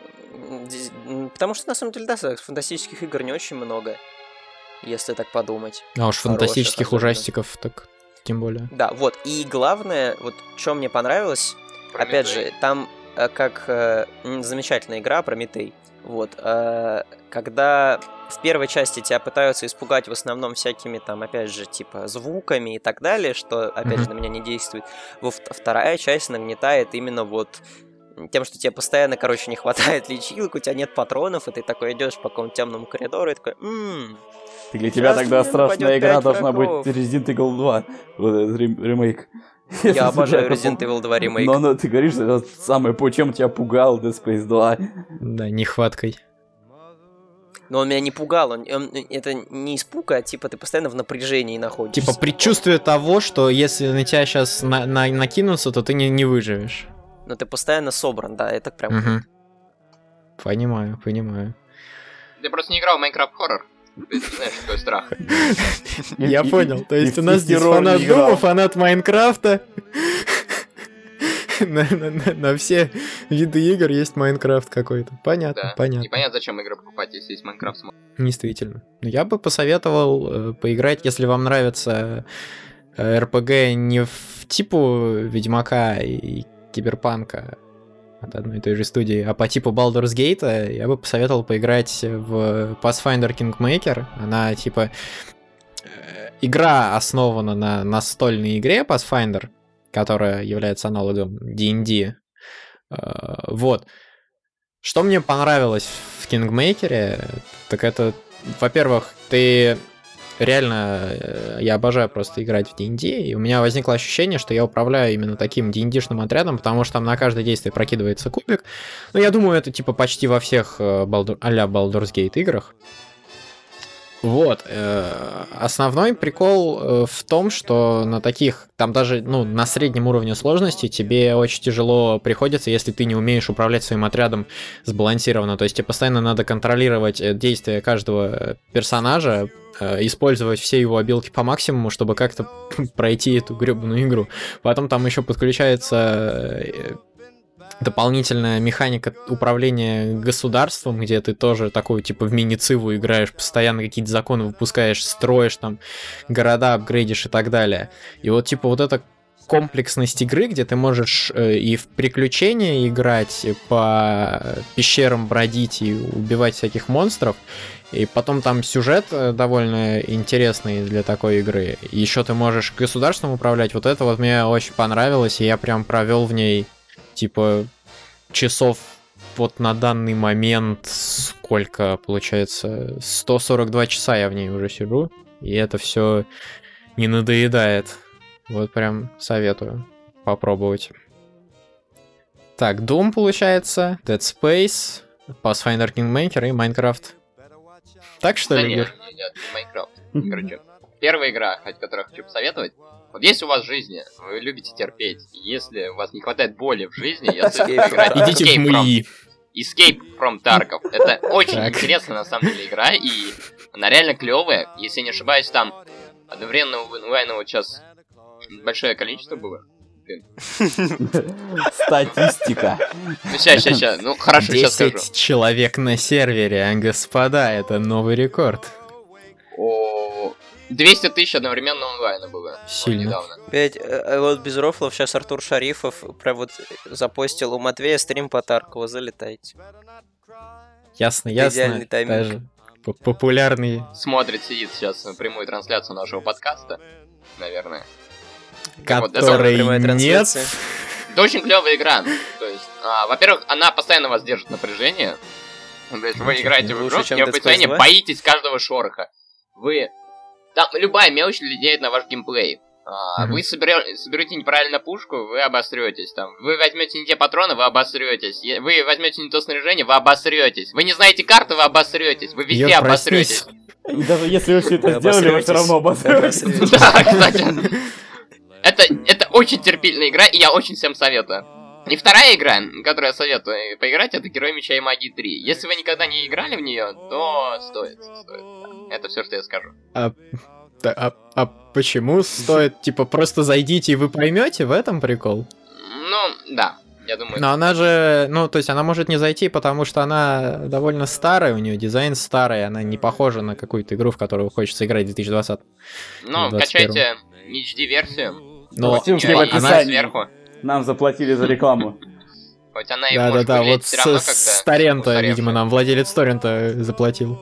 потому что на самом деле, да, фантастических игр не очень много, если так подумать. А уж фантастических особенно ужастиков, так тем более. Да, вот, и главное, вот что мне понравилось, Прометей. Опять же, там как э, замечательная игра Прометей. Вот, э, когда в первой части тебя пытаются испугать в основном всякими там, опять же, типа звуками и так далее, что, опять mm-hmm. же, на меня не действует. Во вторая часть нагнетает именно вот тем, что тебе постоянно, короче, не хватает лечилок, у тебя нет патронов, и ты такой идешь по какому-то темному коридору и такой, ммм. Для тебя тогда страшная игра должна быть Resident Evil два, вот этот ремейк. Я обожаю Resident Evil два ремейк. Но, но ты говоришь, что это самое, по чем тебя пугал Dead Space два. Да, нехваткой. Но он меня не пугал, он, он, это не испуг, а типа ты постоянно в напряжении находишься. Типа предчувствие того, что если на тебя сейчас на, на, накинутся, то ты не, не выживешь. Но ты постоянно собран, да, это прям... Угу. Понимаю, понимаю. Ты просто не играл в Minecraft Horror. Ты знаешь, какой страх. Я понял. То есть у нас здесь фанат Дума, фанат Майнкрафта. На все виды игр есть Майнкрафт какой-то. Понятно, понятно. Непонятно, зачем игры покупать, если есть Майнкрафт. Действительно. Я бы посоветовал поиграть, если вам нравится эр пи джи не в типу Ведьмака и Киберпанка от одной и той же студии, а по типу Baldur's Gate, я бы посоветовал поиграть в Pathfinder Kingmaker. Она типа игра основана на настольной игре Pathfinder, которая является аналогом ди энд ди. Вот. Что мне понравилось в Kingmaker, так это, во-первых, ты реально, я обожаю просто играть в ди энд ди, и у меня возникло ощущение, что я управляю именно таким ди энд ди-шным отрядом, потому что там на каждое действие прокидывается кубик. Ну, я думаю, это типа почти во всех Baldur, а-ля Baldur's Gate играх. Вот. Основной прикол в том, что на таких, там даже, ну, на среднем уровне сложности тебе очень тяжело приходится, если ты не умеешь управлять своим отрядом сбалансированно. То есть тебе постоянно надо контролировать действия каждого персонажа, использовать все его обилки по максимуму, чтобы как-то пройти эту гребаную игру. Потом там еще подключается дополнительная механика управления государством, где ты тоже такую, типа, в мини-циву играешь, постоянно какие-то законы выпускаешь, строишь там города, апгрейдишь и так далее. И вот, типа, вот эта комплексность игры, где ты можешь э, и в приключения играть, и по пещерам бродить и убивать всяких монстров, и потом там сюжет э, довольно интересный для такой игры. И еще ты можешь государством управлять. Вот это вот мне очень понравилось, и я прям провел в ней типа часов вот на данный момент сколько получается, сто сорок два часа я в ней уже сижу, и это все не надоедает. Вот прям советую попробовать. Так, Doom получается, Dead Space, Pathfinder Kingmaker и Minecraft. Так что Да ли, нет, Гир? нет, нет, Minecraft. Короче, первая игра, которую хочу посоветовать. Вот если у вас в жизни, вы любите терпеть, если у вас не хватает боли в жизни, я советую Escape играть from Идите в Escape from, МИИ. Escape from Tarkov. Это очень Так. интересная на самом деле игра, и она реально клевая. Если я не ошибаюсь, там одновременно онлайна вот сейчас большое количество было. Блин. Статистика. Ну сейчас, сейчас, сейчас. Ну хорошо, сейчас скажу. десять человек на сервере, господа, это новый рекорд. О, двести тысяч одновременно онлайна было. вот Сильно. недавно. Опять, э, вот без рофлов, сейчас Артур Шарифов прям вот запостил у Матвея стрим по Таркову, залетайте. Ясно, ясно. Идеальный тайминг. Даже п- популярный, Смотрит, сидит сейчас прямую трансляцию нашего подкаста, наверное. Вот, это который прямая нет. трансляция. Это очень клевая игра. То есть, а, во-первых, она постоянно вас держит напряжение. То есть вы играете в лучше, игру, чем и Dead вы Space постоянно два? боитесь каждого шороха. Вы... Там любая мелочь влияет на ваш геймплей. А, Мгм. Вы собере- соберете неправильно пушку, вы обосретесь. Там. Вы возьмете не те патроны, вы обосретесь. Е- Вы возьмете не то снаряжение, вы обосретесь. Вы не знаете карту, вы обосретесь. Вы везде Юр, обосретесь. проснись. И даже если вы все это Вы сделали, вы обосретесь. все равно обосретесь. Вы обосретесь. Да, кстати. Это, это очень терпильная игра, и я очень всем советую. И вторая игра, которую я советую поиграть, это Герой Меча и Магии три. Если вы никогда не играли в нее, то стоит, стоит. да. Это все, что я скажу. А, да, а- а почему стоит, типа, просто зайдите и вы поймете, в этом прикол? Ну, да, я думаю. Но она же, ну, то есть она может не зайти, потому что она довольно старая, у нее дизайн старый, она не похожа на какую-то игру, в которую хочется играть в две тысячи двадцатом. Ну, двадцать первом. качайте эйч ди-версию. Но Ссылки и в она описании. сверху. Нам заплатили за рекламу. Хоть она и может да-да-да, выглядеть вот все равно с, как-то с торрента, устаревшая. видимо, нам владелец торрента заплатил.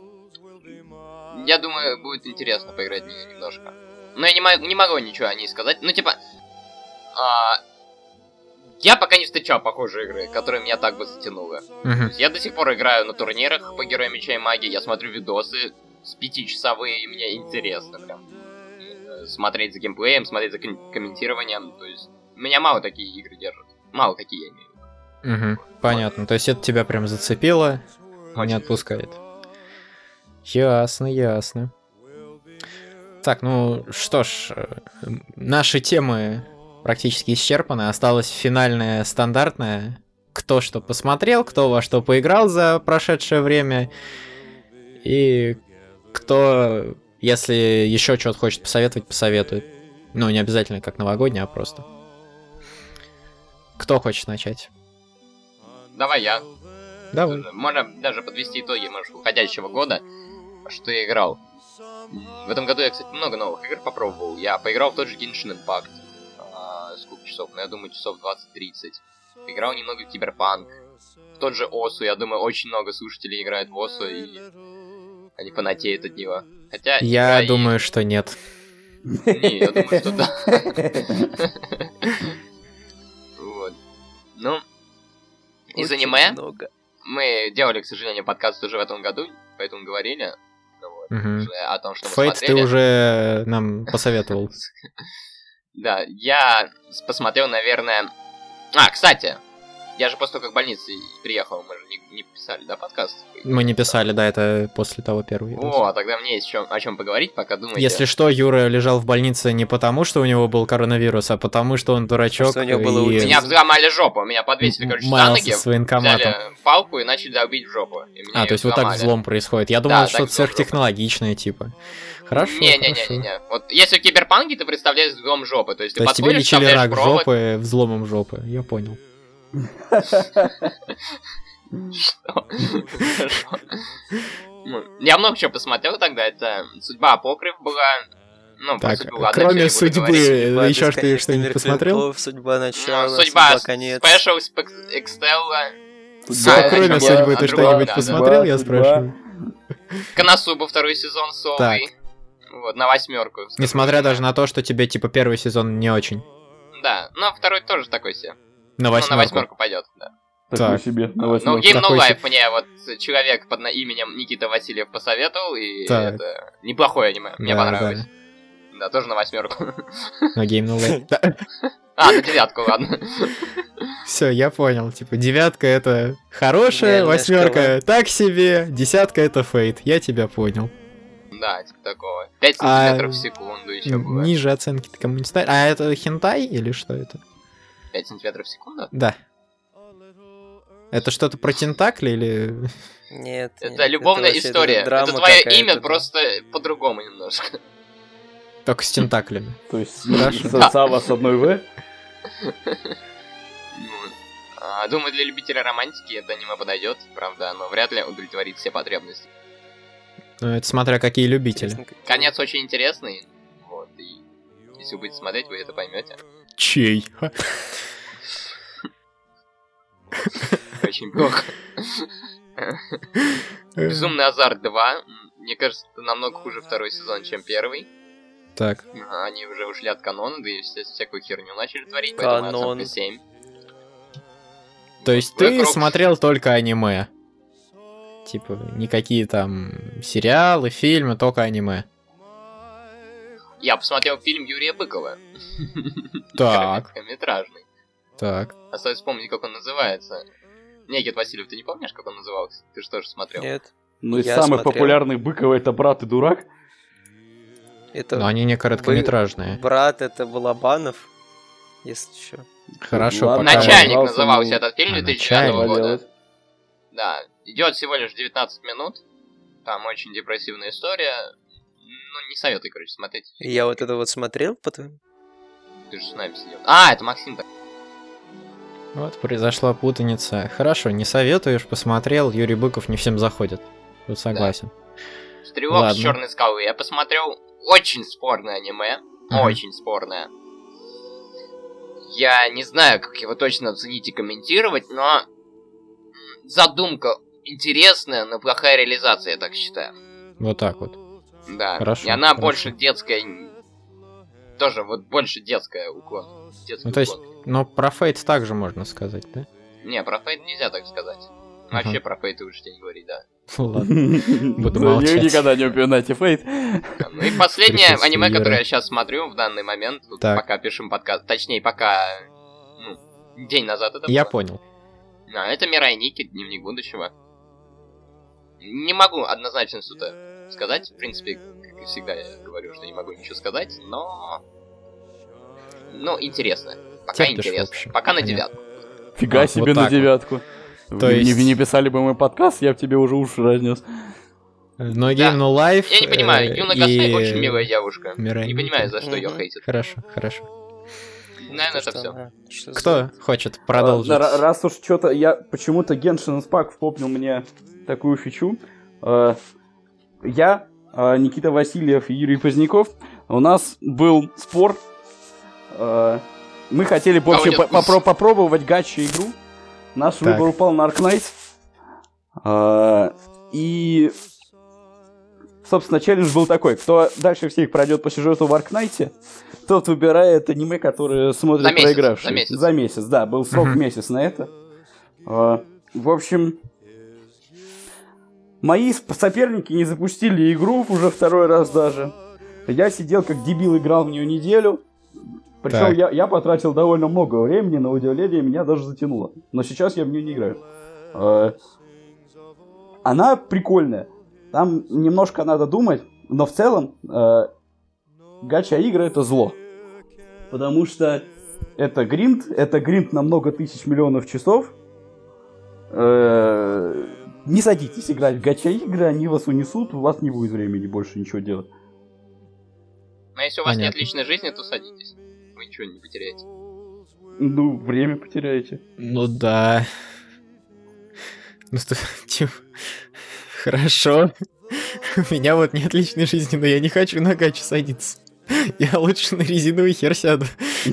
Я думаю, будет интересно поиграть в нее немножко. Но я не, могу, не могу ничего о ней сказать. Ну, типа... а, я пока не встречал похожие игры, которые меня так бы затянуло. То Мгм. есть я до сих пор играю на турнирах по Героям Меча и Магии, я смотрю видосы с пятичасовые, и мне интересно прям. Э, Смотреть за геймплеем, смотреть за ком- комментированием. То есть меня мало такие игры держат. Мало какие, я имею в виду. Мгм. Понятно, то есть это тебя прям зацепило, не Очень. отпускает. Ясно, ясно. Так, ну что ж, э, наши темы практически исчерпаны. Осталась финальная, стандартная. Кто что посмотрел, кто во что поиграл за прошедшее время. И кто, если еще что-то хочет посоветовать, посоветует. Ну, не обязательно как новогодний, а просто. Кто хочет начать? Давай я. Давай. Можно даже подвести итоги, может, уходящего года, что я играл. В этом году я, кстати, много новых игр попробовал. Я поиграл в тот же Genshin Impact. А, сколько часов? Ну, я думаю, часов двадцать-тридцать. Поиграл немного в Киберпанк. В тот же Осу, я думаю, очень много слушателей играет в Осу, и они фанатеют от него. Хотя... Я игра и- думаю, что нет. Не, я думаю, что да. Вот. Ну, из Очень аниме много. мы делали, к сожалению, подкаст уже в этом году, поэтому говорили ну вот, Мгм. уже о том, что мы Фейт ты смотрели. уже нам посоветовал. Да, я с- посмотрел, наверное... А, кстати, я же после того, как в больнице приехал, мы же не, не писали, да, подкаст? Мы не писали, да, это после того первого. видоса. О, тогда мне есть чем, о чем поговорить, пока думаете. Если что, Юра лежал в больнице не потому, что у него был коронавирус, а потому, что он дурачок. Что у него был и аутизм. Меня взломали жопу, меня подвесили, короче, за маялся ноги, с военкоматом. взяли палку и начали долбить в жопу. и меня А, то есть вот так взломали. взлом происходит. Я думал, Да, что-то так взлом сверхтехнологичное, типа. Хорошо, Не-не-не-не-не. хорошо. Вот если в Киберпанке ты представляешь взлом жопы, то есть То ты есть тебе подходишь, лечили вставляешь рак провод, жопы взломом жопы, я понял. Что? Хорошо. Ну, я много чего посмотрел тогда. Это «Судьба Апокриф» была. Ну, про Так, судьбу, ладно, кроме всё, не буду судьбы, говорить. Судьба еще что бесконечный что-нибудь мир посмотрел? клинков, судьба начала, Ну, судьба конец. Special Экстелла. Судьба, А, Кроме судьба, судьбы а ты другого, что-нибудь да, посмотрел, да. я Судьба. спрашиваю? Коносуба второй сезон с Совой. Вот, на восьмерку. Несмотря даже на то, что тебе, типа, первый сезон не очень. Да, но второй тоже такой себе. На Ну, на восьмерку. восьмерку пойдет, да. Такой Так. себе, на Но восьмерку. Game No Такой Life себе. мне вот человек под на- именем Никита Васильев посоветовал, и Так. это неплохое аниме, мне Да, понравилось. Да, тоже на восьмерку. На Game No Life. Да. А, на девятку, ладно. Все, я понял. Типа, девятка это хорошая, Реальная восьмерка шкала. так себе, десятка это фейт. Я тебя понял. Да, типа такого. пять А, сантиметров в секунду еще было. Ниже оценки ты кому не ставишь. А это хентай или что это? пять сантиметров в секунду? Да. Это что-то про тентакли или... Нет, Это нет, любовная вообще- история. драма Это твое какая-то, имя, да. просто по-другому немножко. Только с тентаклями. То есть, Хорошо. с- Сава с одной В. Ну, а, Думаю, для любителя романтики это аниме подойдет, правда, но вряд ли удовлетворит все потребности. Ну, это смотря какие любители. Интересно, как- Конец очень интересный, вот, и если вы будете смотреть, вы это поймете. Чей? Очень плохо. Безумный азарт два. Мне кажется, это намного хуже второй сезон, чем первый. Так. Ага, они уже ушли от канона, да и вся- всякую херню начали творить, поэтому Канон. оценка семь. То есть Black ты Rock. смотрел только аниме? Типа, никакие там сериалы, фильмы, только аниме. Я посмотрел фильм Юрия Быкова. Так, Короткометражный. так. Осталось вспомнить, как он называется. Никит Васильев, ты не помнишь, как он назывался? Ты же тоже смотрел. Нет, Ну, из Я самых смотрел. популярных Быкова это «Брат и дурак». это Но они не короткометражные. брат, это Балабанов, если что. Хорошо, Ладно. пока... Начальник Назывался, назывался ну, этот фильм а, две тысячи девятого начальник. года. Да, идет всего лишь девятнадцать минут. Там очень депрессивная история. Ну, не советую, короче, смотреть. И я вот это вот смотрел потом. Ты же с нами сидел. А, это Максим так. Вот произошла путаница. Хорошо, не советуешь, посмотрел, Юрий Быков не всем заходит. Тут согласен. Стрелок с Ладно. черной скалы. Я посмотрел очень спорное аниме. Мгм. Очень спорное. Я не знаю, как его точно оценить и комментировать, но м, задумка интересная, но плохая реализация, я так считаю. Вот так вот. Да. Хорошо, И она хорошо. больше детская. Тоже вот больше детская уклон. Детский Ну, то есть, уклон. но про Фейт также можно сказать, да? Не, про Фейт нельзя так сказать. Ага. Вообще про Фейт лучше тебе не говорить, да. Ну ладно. Буду Да, молчать. Никогда не упоминайте Фейт. Да, Ну и последнее Присутствие аниме, Юры. которое я сейчас смотрю в данный момент, тут Так. пока пишем подкаст, точнее, пока ну, день назад это Я было. понял. А, это Мирай Ники, Дневник будущего. Не могу однозначно что-то сказать. В принципе, как и всегда я говорю, что не могу ничего сказать, но... Ну, интересно. Пока Терпишь, в интересно. общем. Пока на Понятно. девятку. Фига А, себе вот на так вот. девятку. То Не- есть- Не не писали бы мы подкаст, я бы тебе уже уши разнес. Но Да. Game No Life... Я не понимаю, э, Юна и Гасей очень милая девушка. Мирай Не Ники. понимаю, за что ее Мгм. хейтят. Хорошо, хорошо. Наверное, это Что все. она- что Кто за- хочет продолжить? А, ра- Раз уж что-то я почему-то Genshin Impact впомнил мне такую фичу. Э, Я, э, Никита Васильев и Юрий Поздняков, у нас был спор. Э, Мы хотели больше нет, по- вкус. попро- попробовать гачи игру. Наш Так. выбор упал на Arknight. Э, И, собственно, челлендж был такой. Кто дальше всех пройдет по сюжету в Arknight, тот выбирает аниме, которое смотрит За месяц, проигравший. за месяц. За месяц, да. Был срок Мгм. месяц на это. А, В общем, мои сп- соперники не запустили игру уже второй раз даже. Я сидел как дебил, играл в нее неделю. Причем Так. я, я потратил довольно много времени, на удивление меня даже затянуло. Но сейчас я в нее не играю. А, Она прикольная. Там немножко надо думать, но в целом э, гача-игры это зло. Потому что это гринд, это гринд на много тысяч миллионов часов. Э, Не садитесь играть в гача-игры, они вас унесут, у вас не будет времени больше ничего делать. Но если у вас нет Понятно. личной жизни, то садитесь. Вы ничего не потеряете. Ну, время потеряете. Ну да. Ну, что, типа, хорошо. У меня вот нет личной жизни, но я не хочу на гачу садиться. Я лучше на резиновый хер сяду.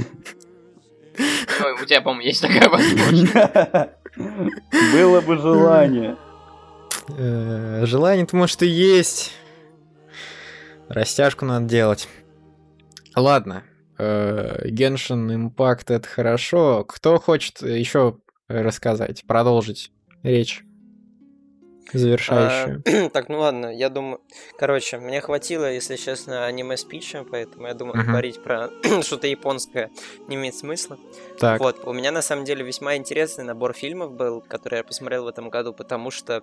Ну, у тебя, по-моему, есть такая возможность. Было бы желание. Э, Желание-то, может, и есть. Растяжку надо делать. Ладно. э, Genshin Impact — это хорошо. Кто хочет еще рассказать, продолжить речь завершающую? А, Так, ну ладно, я думаю... Короче, мне хватило, если честно, аниме-спича, поэтому я думаю, Мгм. говорить про что-то японское не имеет смысла. Так, Вот, у меня на самом деле весьма интересный набор фильмов был, который я посмотрел в этом году, потому что...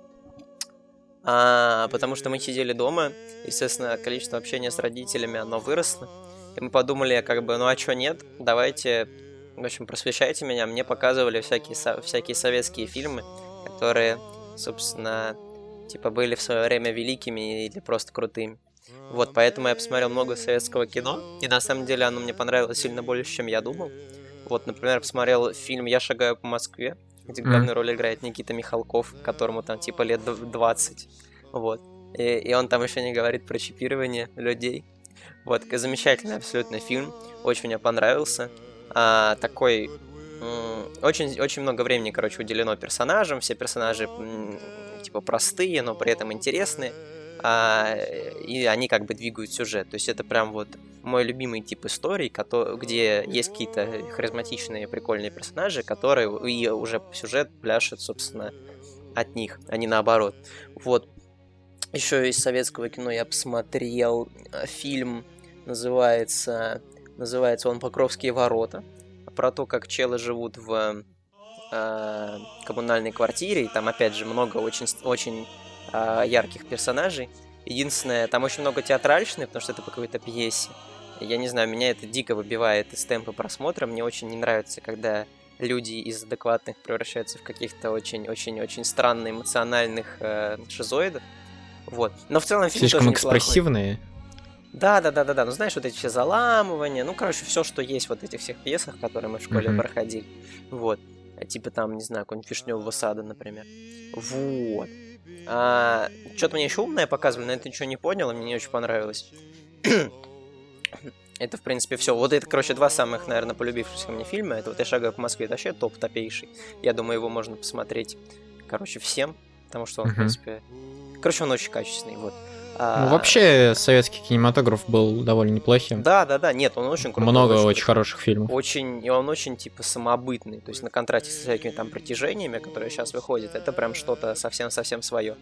а, потому что мы сидели дома, естественно, количество общения с родителями, оно выросло. И мы подумали, как бы, ну а чё нет, давайте, в общем, просвещайте меня. Мне показывали всякие, со- всякие советские фильмы, которые, собственно, типа были в свое время великими или просто крутыми. Вот, поэтому я посмотрел много советского кино, и на самом деле оно мне понравилось сильно больше, чем я думал. Вот, например, посмотрел фильм «Я шагаю по Москве», где Мгм. главную роль играет Никита Михалков, которому там типа лет дв- двадцать. Вот. И, и он там еще не говорит про чипирование людей. Вот, такой замечательный абсолютно фильм. Очень мне понравился. А, такой... м, Очень, очень много времени, короче, уделено персонажам. Все персонажи, м, типа, простые, но при этом интересные. А, и они как бы двигают сюжет. То есть это прям вот мой любимый тип историй, кото- где есть какие-то харизматичные, прикольные персонажи, которые и уже сюжет пляшет, собственно, от них, а не наоборот. Вот. Еще из советского кино я посмотрел э, фильм, называется, называется он «Покровские ворота», про то, как челы живут в э, коммунальной квартире, и там, опять же, много очень, очень э, ярких персонажей. Единственное, там очень много театральщины, потому что это по какой-то пьесе. Я не знаю, меня это дико выбивает из темпа просмотра. Мне очень не нравится, когда люди из адекватных превращаются в каких-то очень-очень-очень странно эмоциональных э, шизоидов. Вот. Но в целом фильм слишком тоже неплохой. экспрессивные. Да, да, да, да, да. Ну знаешь, вот эти все заламывания, ну, короче, все, что есть в вот этих всех пьесах, которые мы в школе Мгм. проходили. Вот. А типа там, не знаю, какой-нибудь Вишневого сада, например. Вот. А, что-то мне еще умное показывали, но это ничего не понял, и мне не очень понравилось. Это, в принципе, все. Вот это, короче, два самых, наверное, полюбившихся мне фильма. Это вот «Я шагаю по Москве», это вообще топ топейший. Я думаю, его можно посмотреть, короче, всем, потому что он, Мгм. в принципе... Короче, он очень качественный, вот. Ну, А, вообще, советский кинематограф был довольно неплохим. Да, да, да, нет, он очень крутой. Много очень, крутой. хороших фильмов. Очень, и он очень, типа, самобытный. То есть на контрасте с всякими там притяжениями, которые сейчас выходят, это прям что-то совсем-совсем свое.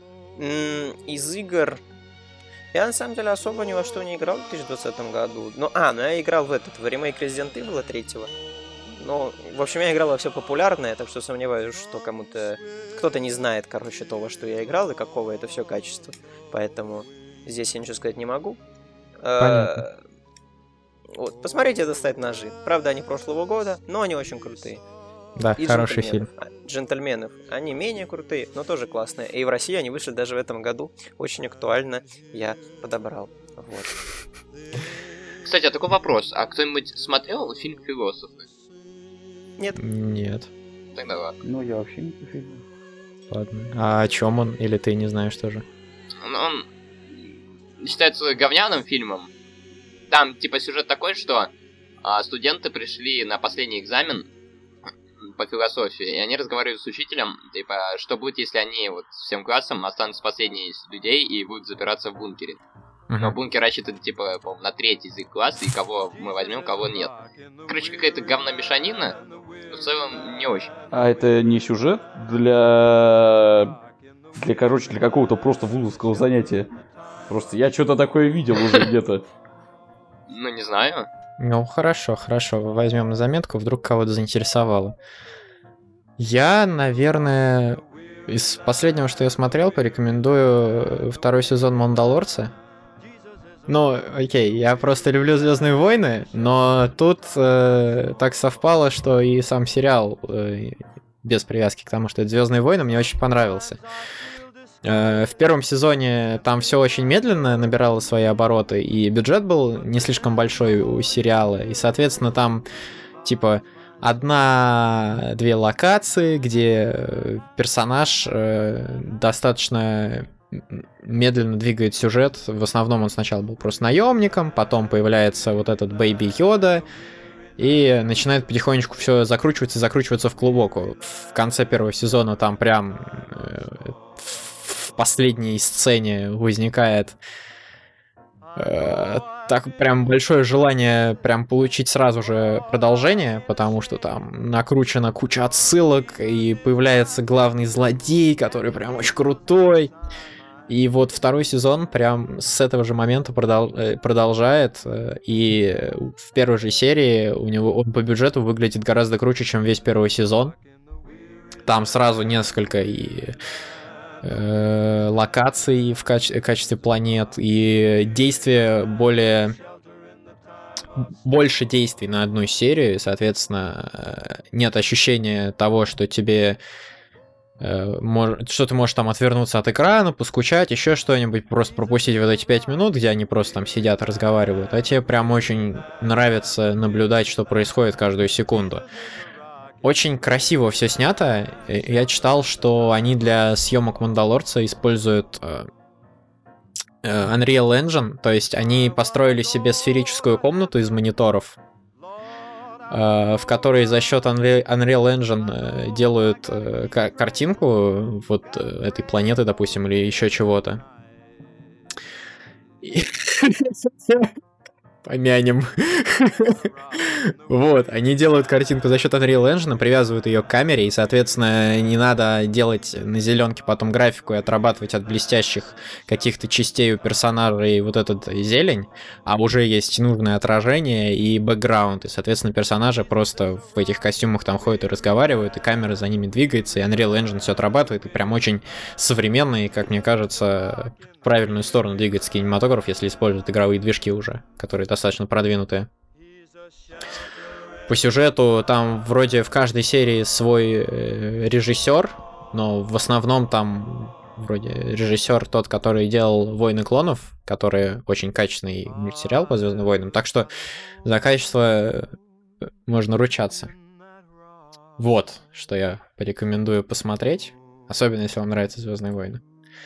Из игр я, на самом деле, особо ни во что не играл в две тысячи двадцатом году. Ну, а, ну я играл в этот, в ремейк Resident Evil третьего. Ну, в общем, я играл во все популярное, так что сомневаюсь, что кому-то... Кто-то не знает, короче, того, во что я играл, и какого это все качество. Поэтому здесь я ничего сказать не могу. Понятно. Э, Вот, посмотрите «Достать ножи». Правда, они прошлого года, но они очень крутые. Да, И хороший фильм. «Джентльменов». А, «Джентльменов». Они менее крутые, но тоже классные. И в России они вышли даже в этом году. Очень актуально я подобрал. Вот. Кстати, а такой вопрос. А кто-нибудь смотрел фильм «Философы»? Нет, Нет, Тогда ладно. Ну, я вообще не пофигу. ладно. А о чем он? Или ты не знаешь тоже? Ну, он считается говняным фильмом. Там, типа, сюжет такой, что а, студенты пришли на последний экзамен по философии, и они разговаривают с учителем, типа, что будет, если они вот всем классом останутся последние из людей и будут запираться в бункере. Но Мгм. бункер рассчитан, типа, по-моему, на треть из их класса, и кого мы возьмем, кого нет. Короче, какая-то говномешанина, но в целом не очень. А это не сюжет для... Для, короче, для какого-то просто вузовского занятия. Просто я что-то такое видел уже где-то. Ну, не знаю. Ну, хорошо, хорошо. Возьмем на заметку, вдруг кого-то заинтересовало. Я, наверное, из последнего, что я смотрел, порекомендую второй сезон «Мандалорца». Ну, окей, я просто люблю «Звездные войны», но тут э, так совпало, что и сам сериал, э, без привязки к тому, что это «Звездные войны», мне очень понравился. Э, в первом сезоне там все очень медленно набирало свои обороты, и бюджет был не слишком большой у сериала, и, соответственно, там типа одна-две локации, где персонаж э, достаточно медленно двигает сюжет. В основном он сначала был просто наемником, потом появляется вот этот Бэйби Йода, и начинает потихонечку все закручиваться и закручиваться в клубок. В конце первого сезона там прям э, в последней сцене возникает э, так прям большое желание прям получить сразу же продолжение, потому что там накручена куча отсылок, и появляется главный злодей, который прям очень крутой. И вот второй сезон прям с этого же момента продол- продолжает, и в первой же серии у него он по бюджету выглядит гораздо круче, чем весь первый сезон. Там сразу несколько и э, локаций в каче- качестве планет, и действия более... больше действий на одну серию, и, соответственно, нет ощущения того, что тебе... что ты можешь там отвернуться от экрана, поскучать, еще что-нибудь, просто пропустить вот эти пять минут, где они просто там сидят, разговаривают, а тебе прям очень нравится наблюдать, что происходит каждую секунду. Очень красиво все снято. Я читал, что они для съемок Мандалорца используют Unreal Engine, то есть они построили себе сферическую комнату из мониторов, в которой за счет Unreal Engine делают картинку вот этой планеты, допустим, или еще чего-то. Помянем. Вот, они делают картинку за счет Unreal Engine, привязывают ее к камере, и, соответственно, не надо делать на зеленке потом графику и отрабатывать от блестящих каких-то частей у персонажей вот этот зелень, а уже есть нужное отражение и бэкграунд, и, соответственно, персонажи просто в этих костюмах там ходят и разговаривают, и камера за ними двигается, и Unreal Engine все отрабатывает, и прям очень современный, и, как мне кажется, в правильную сторону двигается кинематограф, если используют игровые движки уже, которые достаточно продвинутые. По сюжету там вроде в каждой серии свой э, режиссер, но в основном там вроде режиссер тот, который делал «Войны клонов», который очень качественный мультсериал по «Звездным войнам», так что за качество можно ручаться. Вот, что я порекомендую посмотреть, особенно если вам нравятся «Звездные войны».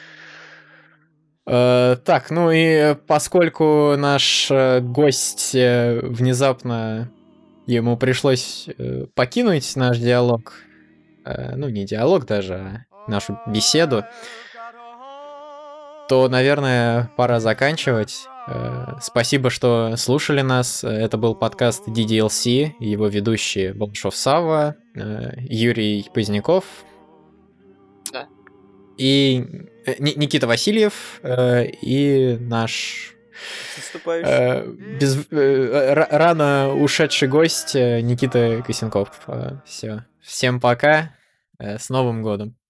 Uh, так, ну и поскольку наш uh, гость uh, внезапно ему пришлось uh, покинуть наш диалог, uh, ну не диалог даже, а нашу беседу, то, наверное, пора заканчивать. Uh, спасибо, что слушали нас. Это был подкаст ди ди эл си, его ведущие Балашов Савва, uh, Юрий Поздняков. Да. И Никита Васильев э, и наш э, без, э, рано ушедший гость Никита Косенков. Все. Всем пока. Э, с Новым годом.